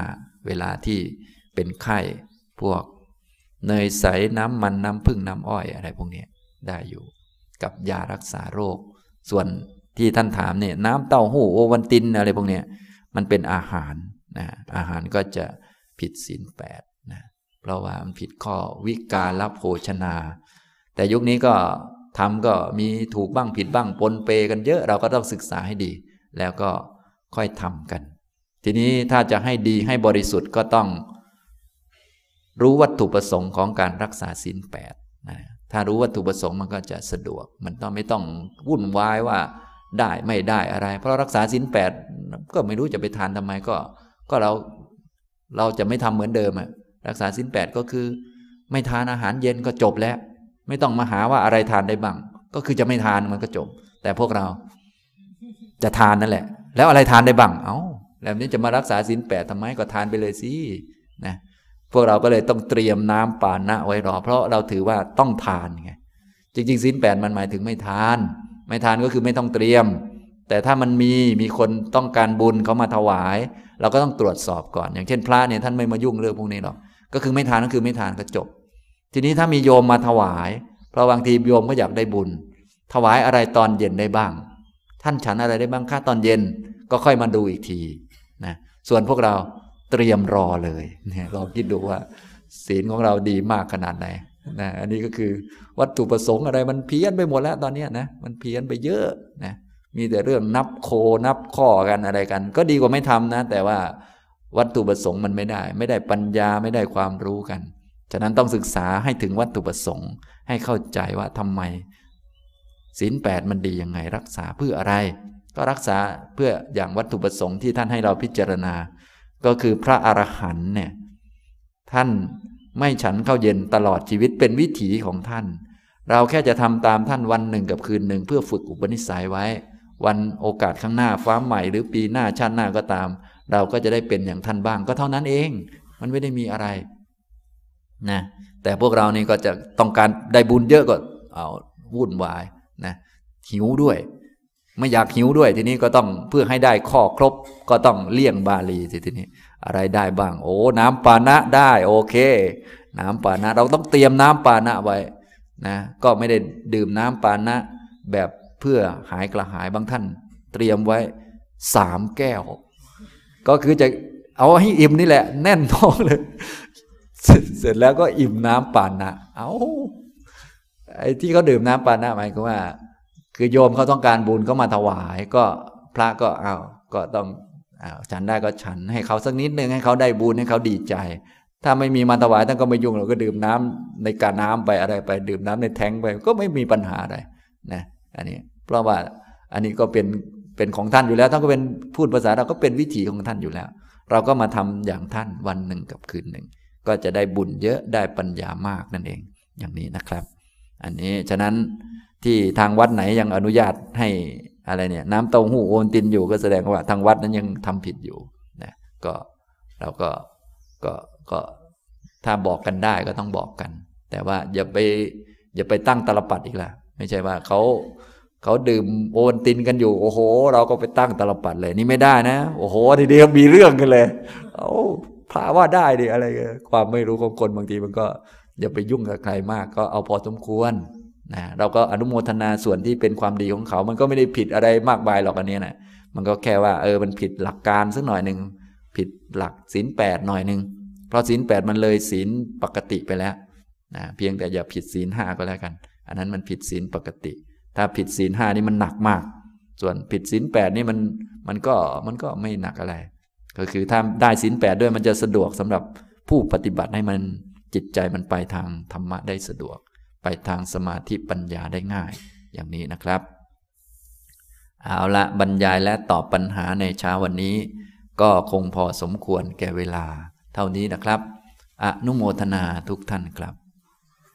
เวลาที่เป็นไข้พวกเนยใสน้ำมันน้ำผึ้งน้ำอ้อยอะไรพวกนี้ได้อยู่กับยารักษาโรคส่วนที่ท่านถามเนี่ยน้ำเต้าหู้โอวัลตินอะไรพวกนี้มันเป็นอาหารนะอาหารก็จะผิดศีลแปดนะเพราะว่ามันผิดข้อวิกาลโภชนาแต่ยุคนี้ก็ทำก็มีถูกบ้างผิดบ้างปนเปกันเยอะเราก็ต้องศึกษาให้ดีแล้วก็ค่อยทำกันทีนี้ถ้าจะให้ดีให้บริสุทธิ์ก็ต้องรู้วัตถุประสงค์ของการรักษาศีลแปดนะถ้ารู้วัตถุประสงค์มันก็จะสะดวกมันต้องไม่ต้องวุ่นวายว่าได้ไม่ได้อะไรเพราะรักษาศีลแปดก็ไม่รู้จะไปทานทำไมก็ก็เราเราจะไม่ทำเหมือนเดิมอะรักษาศีลแปดก็คือไม่ทานอาหารเย็นก็จบแล้วไม่ต้องมาหาว่าอะไรทานได้บ้างก็คือจะไม่ทานมันก็จบแต่พวกเราจะทานนั่นแหละแล้วอะไรทานได้บ้างเอ้าแล้วนี้จะมารักษาศีลแปดทำไมก็ทานไปเลยสินะพวกเราก็เลยต้องเตรียมน้ำปานะไว้รอเพราะเราถือว่าต้องทานไงจริงๆศีลแปดมันหมายถึงไม่ทานไม่ทานก็คือไม่ต้องเตรียมแต่ถ้ามันมีมีคนต้องการบุญเขามาถวายเราก็ต้องตรวจสอบก่อนอย่างเช่นพระเนี่ยท่านไม่มายุ่งเรื่องพวกนี้หรอกก็คือไม่ทานก็คือไม่ทานก็จบทีนี้ถ้ามีโยมมาถวายเพราะบางทีโยมก็อยากได้บุญถวายอะไรตอนเย็นได้บ้างท่านฉันอะไรได้บ้างค่าตอนเย็นก็ค่อยมาดูอีกทีนะส่วนพวกเราเตรียมรอเลยเนี่ยลองคิดดูว่าศีลของเราดีมากขนาดไหนนะอันนี้ก็คือวัตถุประสงค์อะไรมันเพี้ยนไปหมดแล้วตอนนี้นะมันเพี้ยนไปเยอะนะมีแต่เรื่องนับโคนับข้อกันอะไรกันก็ดีกว่าไม่ทำนะแต่ว่าวัตถุประสงค์มันไม่ได้ไม่ได้ปัญญาไม่ได้ความรู้กันฉะนั้นต้องศึกษาให้ถึงวัตถุประสงค์ให้เข้าใจว่าทำไมศีลแปดมันดียังไงรักษาเพื่ออะไรก็รักษาเพื่ออย่างวัตถุประสงค์ที่ท่านให้เราพิจารณาก็คือพระอรหันต์เนี่ยท่านไม่ฉันข้าวเย็นตลอดชีวิตเป็นวิถีของท่านเราแค่จะทำตามท่านวันหนึ่งกับคืนหนึ่งเพื่อฝึกอุปนิสัยไว้วันโอกาสข้างหน้าฟ้าใหม่หรือปีหน้าชาติหน้าก็ตามเราก็จะได้เป็นอย่างท่านบ้างก็เท่านั้นเองมันไม่ได้มีอะไรนะแต่พวกเรานี่ก็จะต้องการได้บุญเยอะก็เอาวุ่นวายนะหิวด้วยไม่อยากหิวด้วยทีนี้ก็ต้องเพื่อให้ได้ข้อครบก็ต้องเลี่ยงบาลีสิทีนี้อะไรได้บ้างโอ้น้ำปานะได้โอเคน้ำปานะเราต้องเตรียมน้ำปานะไว้นะก็ไม่ได้ดื่มน้ำปานะแบบเพื่อหายกระหายบางท่านเตรียมไว้สามแก้วก็คือจะเอาให้อิ่มนี่แหละแน่นท้องเลยเสร็จแล้วก็อิ่มน้ำปานะเอาไอ้ที่เขาดื่มน้ำปานะหมายความว่าคือโยมเขาต้องการบุญเขามาถวายก็พระก็เอาก็ต้องเอาฉันได้ก็ฉันให้เขาสักนิดนึงให้เขาได้บุญให้เขาดีใจถ้าไม่มีมาถวายท่านก็ไม่ยุ่งเราก็ดื่มน้ำในกาน้ำไปอะไรไปดื่มน้ำในแทงไปก็ไม่มีปัญหาอะไรนะอันนี้เพราะว่าอันนี้ก็เป็นเป็นของท่านอยู่แล้วท่านก็เป็นพูดภาษาเราก็เป็นวิถีของท่านอยู่แล้วเราก็มาทำอย่างท่านวันหนึ่งกับคืนหนึ่งก็จะได้บุญเยอะได้ปัญญามากนั่นเองอย่างนี้นะครับอันนี้ฉะนั้นที่ทางวัดไหนยังอนุญาตให้อะไรเนี่ยน้ำเต้าหู้โอนตินอยู่ก็แสดงว่าทางวัดนั้นยังทำผิดอยู่นะก็เราก็ก็ก็ถ้าบอกกันได้ก็ต้องบอกกันแต่ว่าอย่าไปอย่าไปตั้งตลปัดอีกละไม่ใช่ว่าเขาเขาดื่มโอนตินกันอยู่โอ้โหเราก็ไปตั้งตลปัดเลยนี่ไม่ได้นะโอ้โหทีเดียวมีเรื่องกันเลยเอาพระว่าได้ดิอะไรความไม่รู้ของคนบางทีมันก็อย่าไปยุ่งกับใครมากก็เอาพอสมควรนะเราก็อนุโมทนาส่วนที่เป็นความดีของเขามันก็ไม่ได้ผิดอะไรมากมายหรอกอันนี้นะมันก็แค่ว่าเออมันผิดหลักการสักหน่อยหนึ่งผิดหลักศีลแปดหน่อยหนึ่งเพราะศีลแปดมันเลยศีลปกติไปแล้วนะเพียงแต่อย่าผิดศีลห้าก็แล้วกันอันนั้นมันผิดศีลปกติถ้าผิดศีลห้านี่มันหนักมากส่วนผิดศีลแปดนี่มันมันก็มันก็ไม่หนักอะไรก็คือถ้าได้ศีลแปดด้วยมันจะสะดวกสำหรับผู้ปฏิบัติให้มันจิตใจมันไปทางธรรมะได้สะดวกไปทางสมาธิปัญญาได้ง่ายอย่างนี้นะครับเอาละบรรยายและตอบปัญหาในเช้าวันนี้ก็คงพอสมควรแก่เวลาเท่านี้นะครับอนุโมทนาทุกท่านครับ